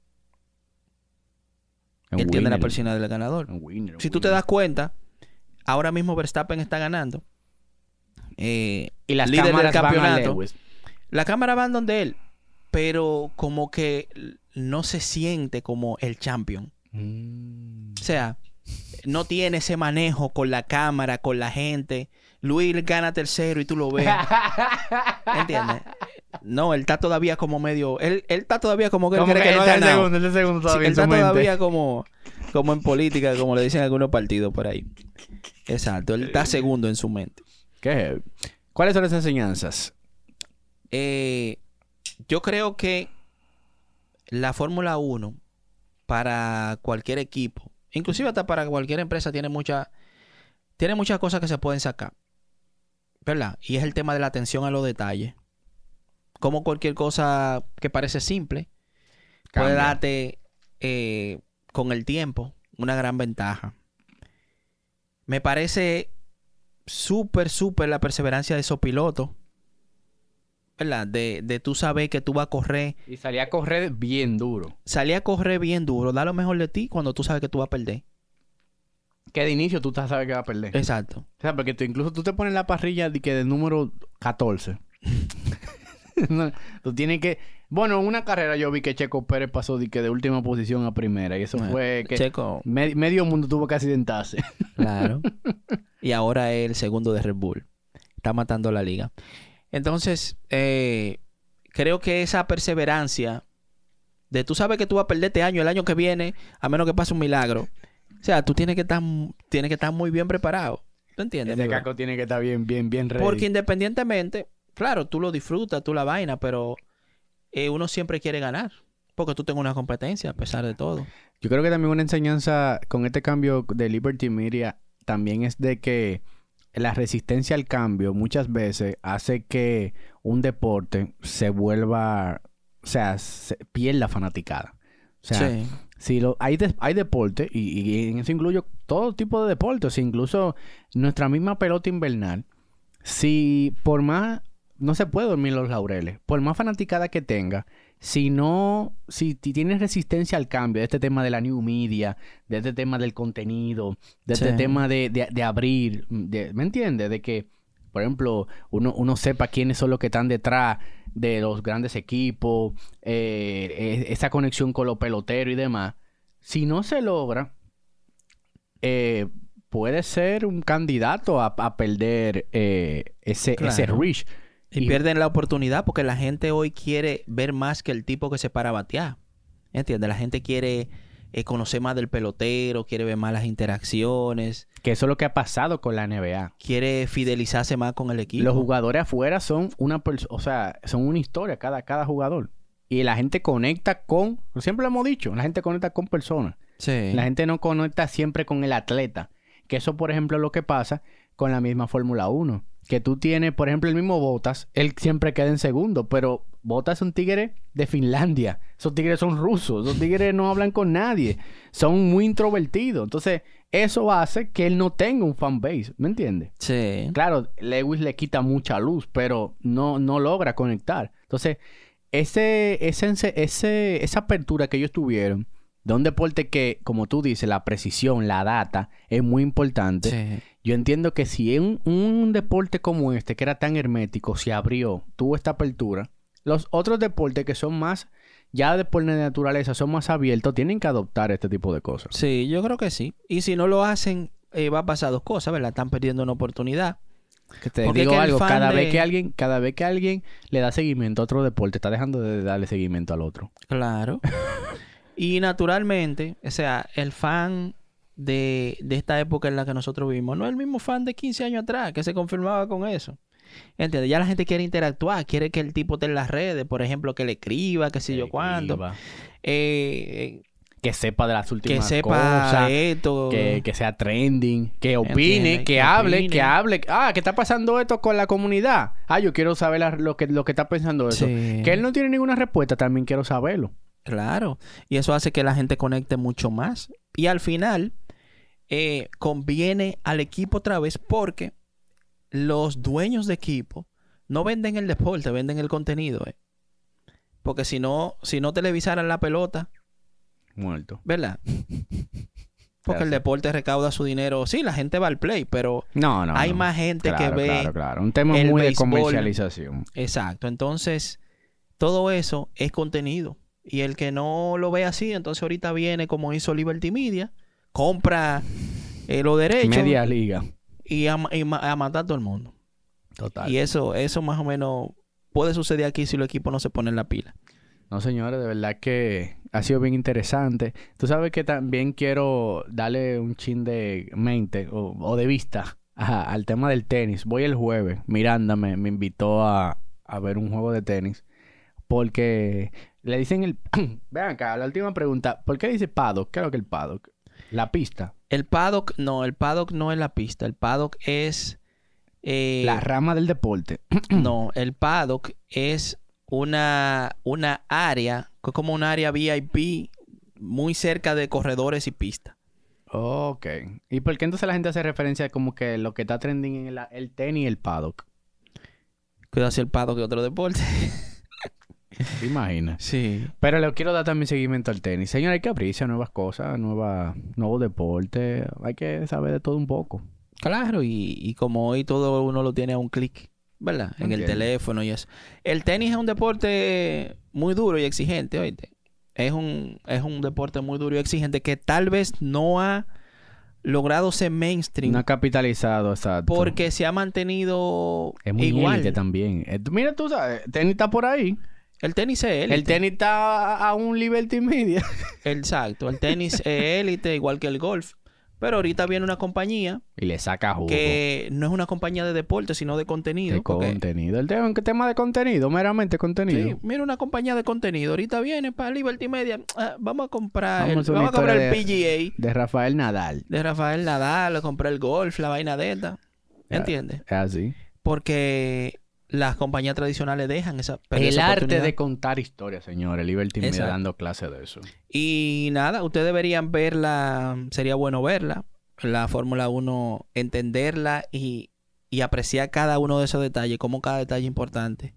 Speaker 1: Él tiene la personalidad del ganador. Si tú te das cuenta, ahora mismo Verstappen está ganando.
Speaker 2: Y las
Speaker 1: líder
Speaker 2: cámaras
Speaker 1: del campeonato.
Speaker 2: van a Lewis.
Speaker 1: La cámara va donde él, pero como que no se siente como el champion. O sea, no tiene ese manejo con la cámara, con la gente. Luis gana tercero y tú lo ves. ¿Entiendes? No, él está todavía como medio... Él está todavía como que él cree que no ha ganado.
Speaker 2: El segundo todavía
Speaker 1: él está todavía como en política, como le dicen algunos partidos por ahí. Exacto. Él está segundo en su mente.
Speaker 2: ¿Qué? ¿Cuáles son las enseñanzas?
Speaker 1: Yo creo que la Fórmula 1 para cualquier equipo, inclusive hasta para cualquier empresa, tiene muchas cosas que se pueden sacar, ¿verdad? Y es el tema de la atención a los detalles. Como cualquier cosa que parece simple puede darte con el tiempo una gran ventaja. Me parece súper la perseverancia de esos pilotos, ¿verdad? De tú saber que tú vas a correr.
Speaker 2: Y salí a correr bien duro.
Speaker 1: Da lo mejor de ti cuando tú sabes que tú vas a perder.
Speaker 2: Que de inicio tú sabes que vas a perder.
Speaker 1: Exacto.
Speaker 2: O sea, porque incluso tú te pones la parrilla de número 14. No, tú tienes que... Bueno, en una carrera yo vi que Checo Pérez pasó de última posición a primera. Y eso fue que
Speaker 1: Checo...
Speaker 2: medio mundo tuvo que accidentarse.
Speaker 1: Claro. Y ahora es el segundo de Red Bull. Está matando la liga. Entonces, creo que esa perseverancia de tú sabes que tú vas a perder este año, el año que viene, a menos que pase un milagro. O sea, tú tienes que estar muy bien preparado. ¿Tú entiendes?
Speaker 2: Ese caco tiene que estar bien ready.
Speaker 1: Porque independientemente, claro, tú lo disfrutas, tú la vaina, pero uno siempre quiere ganar. Porque tú tengas una competencia a pesar de todo.
Speaker 2: Yo creo que también una enseñanza con este cambio de Liberty Media también es de que la resistencia al cambio muchas veces hace que un deporte se vuelva, o sea, se pierda fanaticada. O sea,
Speaker 1: Sí.
Speaker 2: si hay deporte, y en eso incluyo todo tipo de deportes, o sea, incluso nuestra misma pelota invernal, si por más, no se puede dormir en los laureles, por más fanaticada que tenga, si tienes resistencia al cambio, de este tema de la new media, de este tema del contenido, de este
Speaker 1: Sí.
Speaker 2: tema de abrir, ¿me entiendes? De que, por ejemplo, uno sepa quiénes son los que están detrás de los grandes equipos, esa conexión con los peloteros y demás. Si no se logra, puede ser un candidato a perder ese
Speaker 1: Claro.
Speaker 2: reach.
Speaker 1: Y pierden la oportunidad porque la gente hoy quiere ver más que el tipo que se para a batear. ¿Entiendes? La gente quiere conocer más del pelotero, quiere ver más las interacciones,
Speaker 2: Que eso es lo que ha pasado con la NBA.
Speaker 1: quiere fidelizarse más con el equipo.
Speaker 2: Los jugadores afuera son o sea, son una historia cada jugador. Y la gente conecta con, siempre lo hemos dicho, la gente conecta con personas.
Speaker 1: Sí.
Speaker 2: La gente no conecta siempre con el atleta. Que eso, por ejemplo, es lo que pasa con la misma Fórmula 1. Que tú tienes, por ejemplo, el mismo Bottas, él siempre queda en segundo, pero Bottas es un tigre de Finlandia. Esos tigres son rusos, esos tigres no hablan con nadie, son muy introvertidos. Entonces, eso hace que él no tenga un fanbase, ¿me entiendes?
Speaker 1: Sí.
Speaker 2: Claro, Lewis le quita mucha luz, pero no logra conectar. Entonces, esa apertura que ellos tuvieron de un deporte que, como tú dices, la precisión, la data, es muy importante.
Speaker 1: Sí.
Speaker 2: Yo entiendo que si un deporte como este, que era tan hermético, se abrió, tuvo esta apertura, los otros deportes que son más, ya deportes de naturaleza, son más abiertos, tienen que adoptar este tipo de cosas.
Speaker 1: Sí, yo creo que sí. Y si no lo hacen, va a pasar dos cosas, ¿verdad? Están perdiendo una oportunidad.
Speaker 2: Que te
Speaker 1: Porque
Speaker 2: digo
Speaker 1: es que el
Speaker 2: algo,
Speaker 1: fan
Speaker 2: cada
Speaker 1: de-
Speaker 2: vez que alguien le da seguimiento a otro deporte, está dejando de darle seguimiento al otro.
Speaker 1: Claro. Y naturalmente, o sea, el fan de esta época en la que nosotros vivimos no es el mismo fan de 15 años atrás que se confirmaba con eso. ¿Entiendes? Ya la gente quiere interactuar, quiere que el tipo esté en las redes, por ejemplo, que le escriba, que sé yo cuánto.
Speaker 2: Escriba,
Speaker 1: Eh,
Speaker 2: que sepa de las
Speaker 1: que
Speaker 2: últimas
Speaker 1: sepa
Speaker 2: cosas,
Speaker 1: esto.
Speaker 2: que sea trending, que opine,
Speaker 1: Entiende,
Speaker 2: que
Speaker 1: que
Speaker 2: hable,
Speaker 1: opine.
Speaker 2: que hable. Ah, que está pasando esto con la comunidad. Ah, yo quiero saber lo que está pensando eso.
Speaker 1: Sí.
Speaker 2: Que él no tiene ninguna respuesta, también quiero saberlo.
Speaker 1: Claro. Y eso hace que la gente conecte mucho más. Y al final, conviene al equipo otra vez porque los dueños de equipo no venden el deporte, venden el contenido. Porque si no televisaran la pelota,
Speaker 2: Muerto.
Speaker 1: ¿verdad? Porque el
Speaker 2: Gracias.
Speaker 1: deporte recauda su dinero. Sí, la gente va al play, pero
Speaker 2: No.
Speaker 1: hay más gente que ve
Speaker 2: Claro. Un tema
Speaker 1: el
Speaker 2: muy de
Speaker 1: béisbol.
Speaker 2: comercialización.
Speaker 1: Exacto. Entonces, todo eso es contenido. Y el que no lo ve así, entonces ahorita viene como hizo Liberty Media, compra los derechos
Speaker 2: Media liga.
Speaker 1: y a matar a todo el mundo.
Speaker 2: Total.
Speaker 1: Y eso más o menos puede suceder aquí si los equipos no se ponen la pila.
Speaker 2: No, señores, de verdad que ha sido bien interesante. Tú sabes que también quiero darle un chin de mente o de vista al tema del tenis. Voy el jueves. Miranda me invitó a ver un juego de tenis. Porque le dicen Vean acá, la última pregunta. ¿Por qué dice paddock? ¿Qué es lo que es el paddock? La pista.
Speaker 1: El paddock no es la pista. El paddock es...
Speaker 2: La rama del deporte.
Speaker 1: no, el paddock es una área, como un área VIP muy cerca de corredores y pistas.
Speaker 2: Ok. ¿Y por qué entonces la gente hace referencia como que lo que está trending en el tenis y el paddock?
Speaker 1: Cuidado si el paddock es otro deporte.
Speaker 2: ¿Te imaginas?
Speaker 1: Sí.
Speaker 2: Pero le quiero dar también seguimiento al tenis. Señor, hay que abrirse a nuevas cosas, nuevos deportes. Hay que saber de todo un poco.
Speaker 1: Claro, y como hoy todo uno lo tiene a un clic, ¿verdad? En el
Speaker 2: Entiendo.
Speaker 1: teléfono y eso. El tenis es un deporte muy duro y exigente, oíste. Es un deporte muy duro y exigente que tal vez no ha logrado ser mainstream
Speaker 2: No ha capitalizado, exacto.
Speaker 1: porque se ha mantenido
Speaker 2: es muy
Speaker 1: igual.
Speaker 2: élite también. Mira, tú sabes, el tenis está por ahí.
Speaker 1: El tenis es élite.
Speaker 2: El tenis está a un Liberty Media.
Speaker 1: Exacto. El tenis es élite, igual que el golf. Pero ahorita viene una compañía
Speaker 2: Y le saca jugo.
Speaker 1: que no es una compañía de deporte, sino de contenido.
Speaker 2: De
Speaker 1: porque-
Speaker 2: contenido. El tema de contenido, meramente contenido.
Speaker 1: Sí, mira una compañía de contenido. Ahorita viene para Liberty Media. Vamos a comprar
Speaker 2: Vamos a hacer una
Speaker 1: vamos a comprar el
Speaker 2: historia
Speaker 1: PGA
Speaker 2: De Rafael Nadal.
Speaker 1: de Rafael Nadal, a comprar el golf, la vaina de esta. ¿Entiendes?
Speaker 2: Es así.
Speaker 1: Porque las compañías tradicionales dejan esa
Speaker 2: El arte
Speaker 1: oportunidad.
Speaker 2: de contar historias, señores. Liberty Media dando clase de eso.
Speaker 1: Y nada, ustedes deberían verla, sería bueno verla, la Fórmula 1, entenderla y apreciar cada uno de esos detalles, como cada detalle es importante.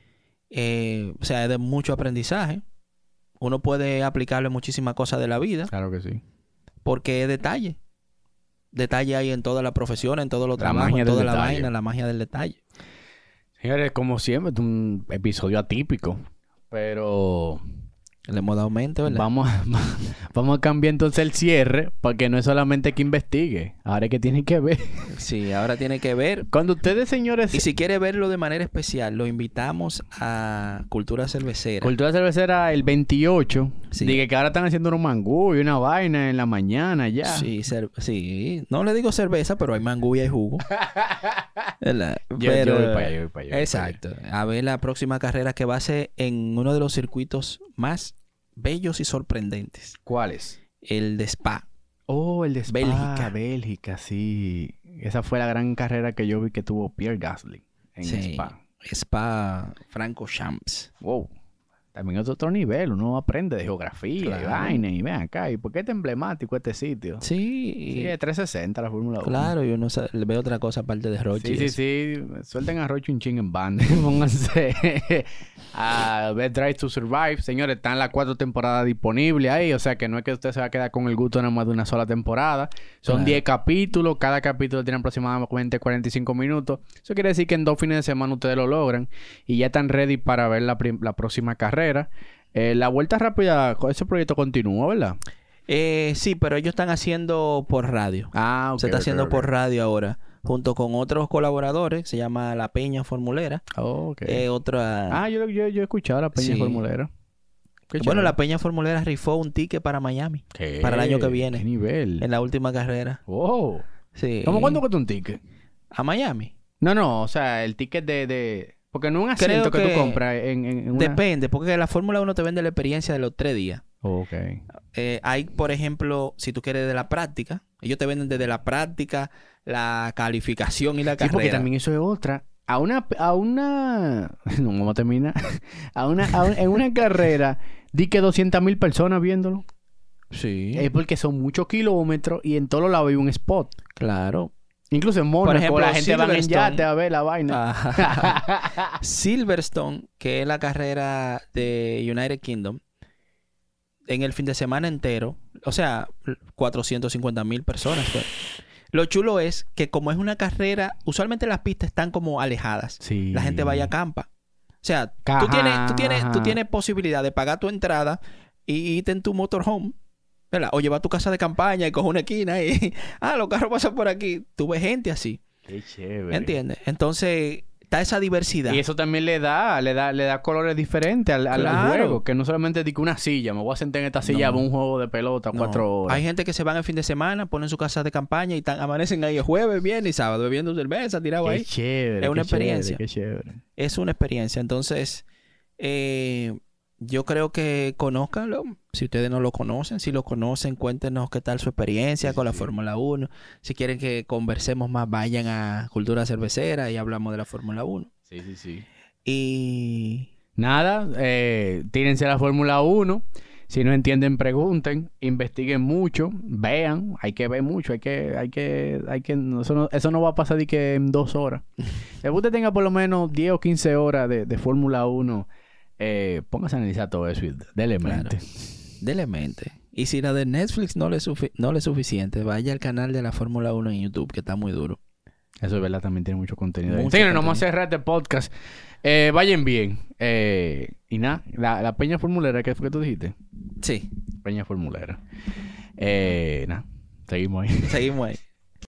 Speaker 1: O sea, es de mucho aprendizaje. Uno puede aplicarle muchísimas cosas de la vida.
Speaker 2: Claro que sí.
Speaker 1: Porque es detalle. Detalle hay en toda la profesión, en todos los
Speaker 2: La
Speaker 1: trabajos,
Speaker 2: magia
Speaker 1: en
Speaker 2: del
Speaker 1: toda la
Speaker 2: detalle.
Speaker 1: vaina, la magia del detalle.
Speaker 2: Señores, como siempre, es un episodio atípico. Pero
Speaker 1: Le hemos dado mente, ¿verdad?
Speaker 2: vamos a cambiar entonces el cierre. Porque no es solamente que investigue. Ahora es que tiene que ver.
Speaker 1: Sí, ahora tiene que ver.
Speaker 2: Cuando ustedes, señores...
Speaker 1: Y si quiere verlo de manera especial, lo invitamos a Cultura Cervecera.
Speaker 2: Cultura Cervecera el 28.
Speaker 1: Sí.
Speaker 2: Dije que ahora están haciendo unos mangú y una vaina en la mañana ya.
Speaker 1: Sí, sí. No le digo cerveza, pero hay mangú y hay jugo. ¿Verdad?
Speaker 2: Yo voy para allá,
Speaker 1: Exacto. A ver la próxima carrera que va a ser en uno de los circuitos más bellos y sorprendentes.
Speaker 2: ¿Cuáles?
Speaker 1: El de Spa.
Speaker 2: Oh, el de Spa.
Speaker 1: Bélgica.
Speaker 2: Bélgica, sí. Esa fue la gran carrera que yo vi que tuvo Pierre Gasly en
Speaker 1: Sí.
Speaker 2: Spa.
Speaker 1: Spa Francorchamps.
Speaker 2: Wow. También es otro nivel. Uno aprende de geografía
Speaker 1: Claro.
Speaker 2: y vaina. Y ven acá. ¿Y por qué es tan emblemático este sitio?
Speaker 1: Sí.
Speaker 2: Sí, es 360 la Fórmula 1.
Speaker 1: Claro, yo no sé, le veo otra cosa aparte de Rochi.
Speaker 2: Sí. Suelten a Rochi un ching en banda. Pónganse a ver Drive to Survive. Señores, están las 4 temporadas disponibles ahí. O sea que no es que usted se va a quedar con el gusto nada más de una sola temporada. Son
Speaker 1: Claro.
Speaker 2: 10 capítulos. Cada capítulo tiene aproximadamente 45 minutos. Eso quiere decir que en 2 fines de semana ustedes lo logran. Y ya están ready para ver la próxima carrera. La vuelta rápida, ese proyecto continúa, ¿verdad?
Speaker 1: Sí, pero ellos están haciendo por radio.
Speaker 2: Ah, ok.
Speaker 1: Se está haciendo
Speaker 2: ok.
Speaker 1: por radio ahora. Junto con otros colaboradores. Se llama La Peña Formulera.
Speaker 2: Ok.
Speaker 1: Otra...
Speaker 2: Yo he escuchado la Peña
Speaker 1: Sí.
Speaker 2: Formulera. Qué
Speaker 1: Bueno,
Speaker 2: chévere.
Speaker 1: La Peña Formulera rifó un ticket para Miami.
Speaker 2: ¿Qué?
Speaker 1: Para el año que viene.
Speaker 2: ¿Qué nivel?
Speaker 1: En la última carrera.
Speaker 2: Wow.
Speaker 1: Sí.
Speaker 2: ¿Cómo cuánto cuesta un ticket?
Speaker 1: A Miami.
Speaker 2: No, o sea, el ticket de... Porque no es un asiento
Speaker 1: Creo
Speaker 2: que
Speaker 1: que
Speaker 2: tú compras en una...
Speaker 1: Depende, porque la Fórmula 1 te vende la experiencia de los 3 días.
Speaker 2: Ok.
Speaker 1: Hay, por ejemplo, si tú quieres de la práctica, ellos te venden desde la práctica, la calificación y la
Speaker 2: Sí,
Speaker 1: carrera.
Speaker 2: porque también eso es otra. No vamos a terminar. En una carrera, di que 200,000 personas viéndolo.
Speaker 1: Sí,
Speaker 2: Es porque son muchos kilómetros y en todos lados hay un spot.
Speaker 1: claro.
Speaker 2: Incluso en Mónaco,
Speaker 1: ejemplo,
Speaker 2: la gente va en
Speaker 1: Silverstone.
Speaker 2: yate a ver la vaina.
Speaker 1: Ajá. Silverstone, que es la carrera de United Kingdom, en el fin de semana entero, o sea, 450,000 personas. Pues. Lo chulo es que como es una carrera, usualmente las pistas están como alejadas.
Speaker 2: Sí.
Speaker 1: La gente vaya a campa. O sea,
Speaker 2: Ajá.
Speaker 1: tú tienes posibilidad de pagar tu entrada y irte en tu motorhome, ¿verdad? O llevar tu casa de campaña y coger una esquina y... los carros pasan por aquí. Tú ves gente así.
Speaker 2: Qué chévere.
Speaker 1: ¿Entiendes? Entonces, está esa diversidad.
Speaker 2: Y eso también le da colores diferentes al
Speaker 1: Claro.
Speaker 2: juego. Que no solamente digo una silla. Me voy a sentar en esta silla
Speaker 1: No.
Speaker 2: a ver un juego de pelota
Speaker 1: No.
Speaker 2: 4 horas.
Speaker 1: Hay gente que se van el fin de semana, ponen su casa de campaña y amanecen ahí el jueves, viernes y sábado bebiendo cerveza, tirado
Speaker 2: Qué
Speaker 1: ahí.
Speaker 2: chévere.
Speaker 1: Es una
Speaker 2: qué chévere,
Speaker 1: experiencia.
Speaker 2: Qué chévere.
Speaker 1: Es una experiencia. Entonces, yo creo que conózcanlo. Si ustedes no lo conocen, si lo conocen, cuéntenos qué tal su experiencia con la Fórmula 1. Si quieren que conversemos más, vayan a Cultura Cervecera y hablamos de la Fórmula 1.
Speaker 2: Sí.
Speaker 1: Y
Speaker 2: Nada, tírense la Fórmula 1. Si no entienden, pregunten, investiguen mucho, vean, hay que ver mucho, eso no va a pasar de que en 2 horas. Si usted tenga por lo menos 10 o 15 horas de Fórmula 1, póngase a analizar todo eso y dele mente.
Speaker 1: dele mente. Y si la de Netflix no le es suficiente, vaya al canal de la Fórmula 1 en YouTube, que está muy duro.
Speaker 2: Eso es verdad, también tiene mucho contenido.
Speaker 1: Mucho
Speaker 2: Señores, no vamos a
Speaker 1: contenido.
Speaker 2: cerrar este podcast. Vayan bien. Y nada, la Peña Formulera, ¿qué fue que tú dijiste?
Speaker 1: Sí,
Speaker 2: Peña Formulera. Nada, seguimos ahí.
Speaker 1: seguimos ahí.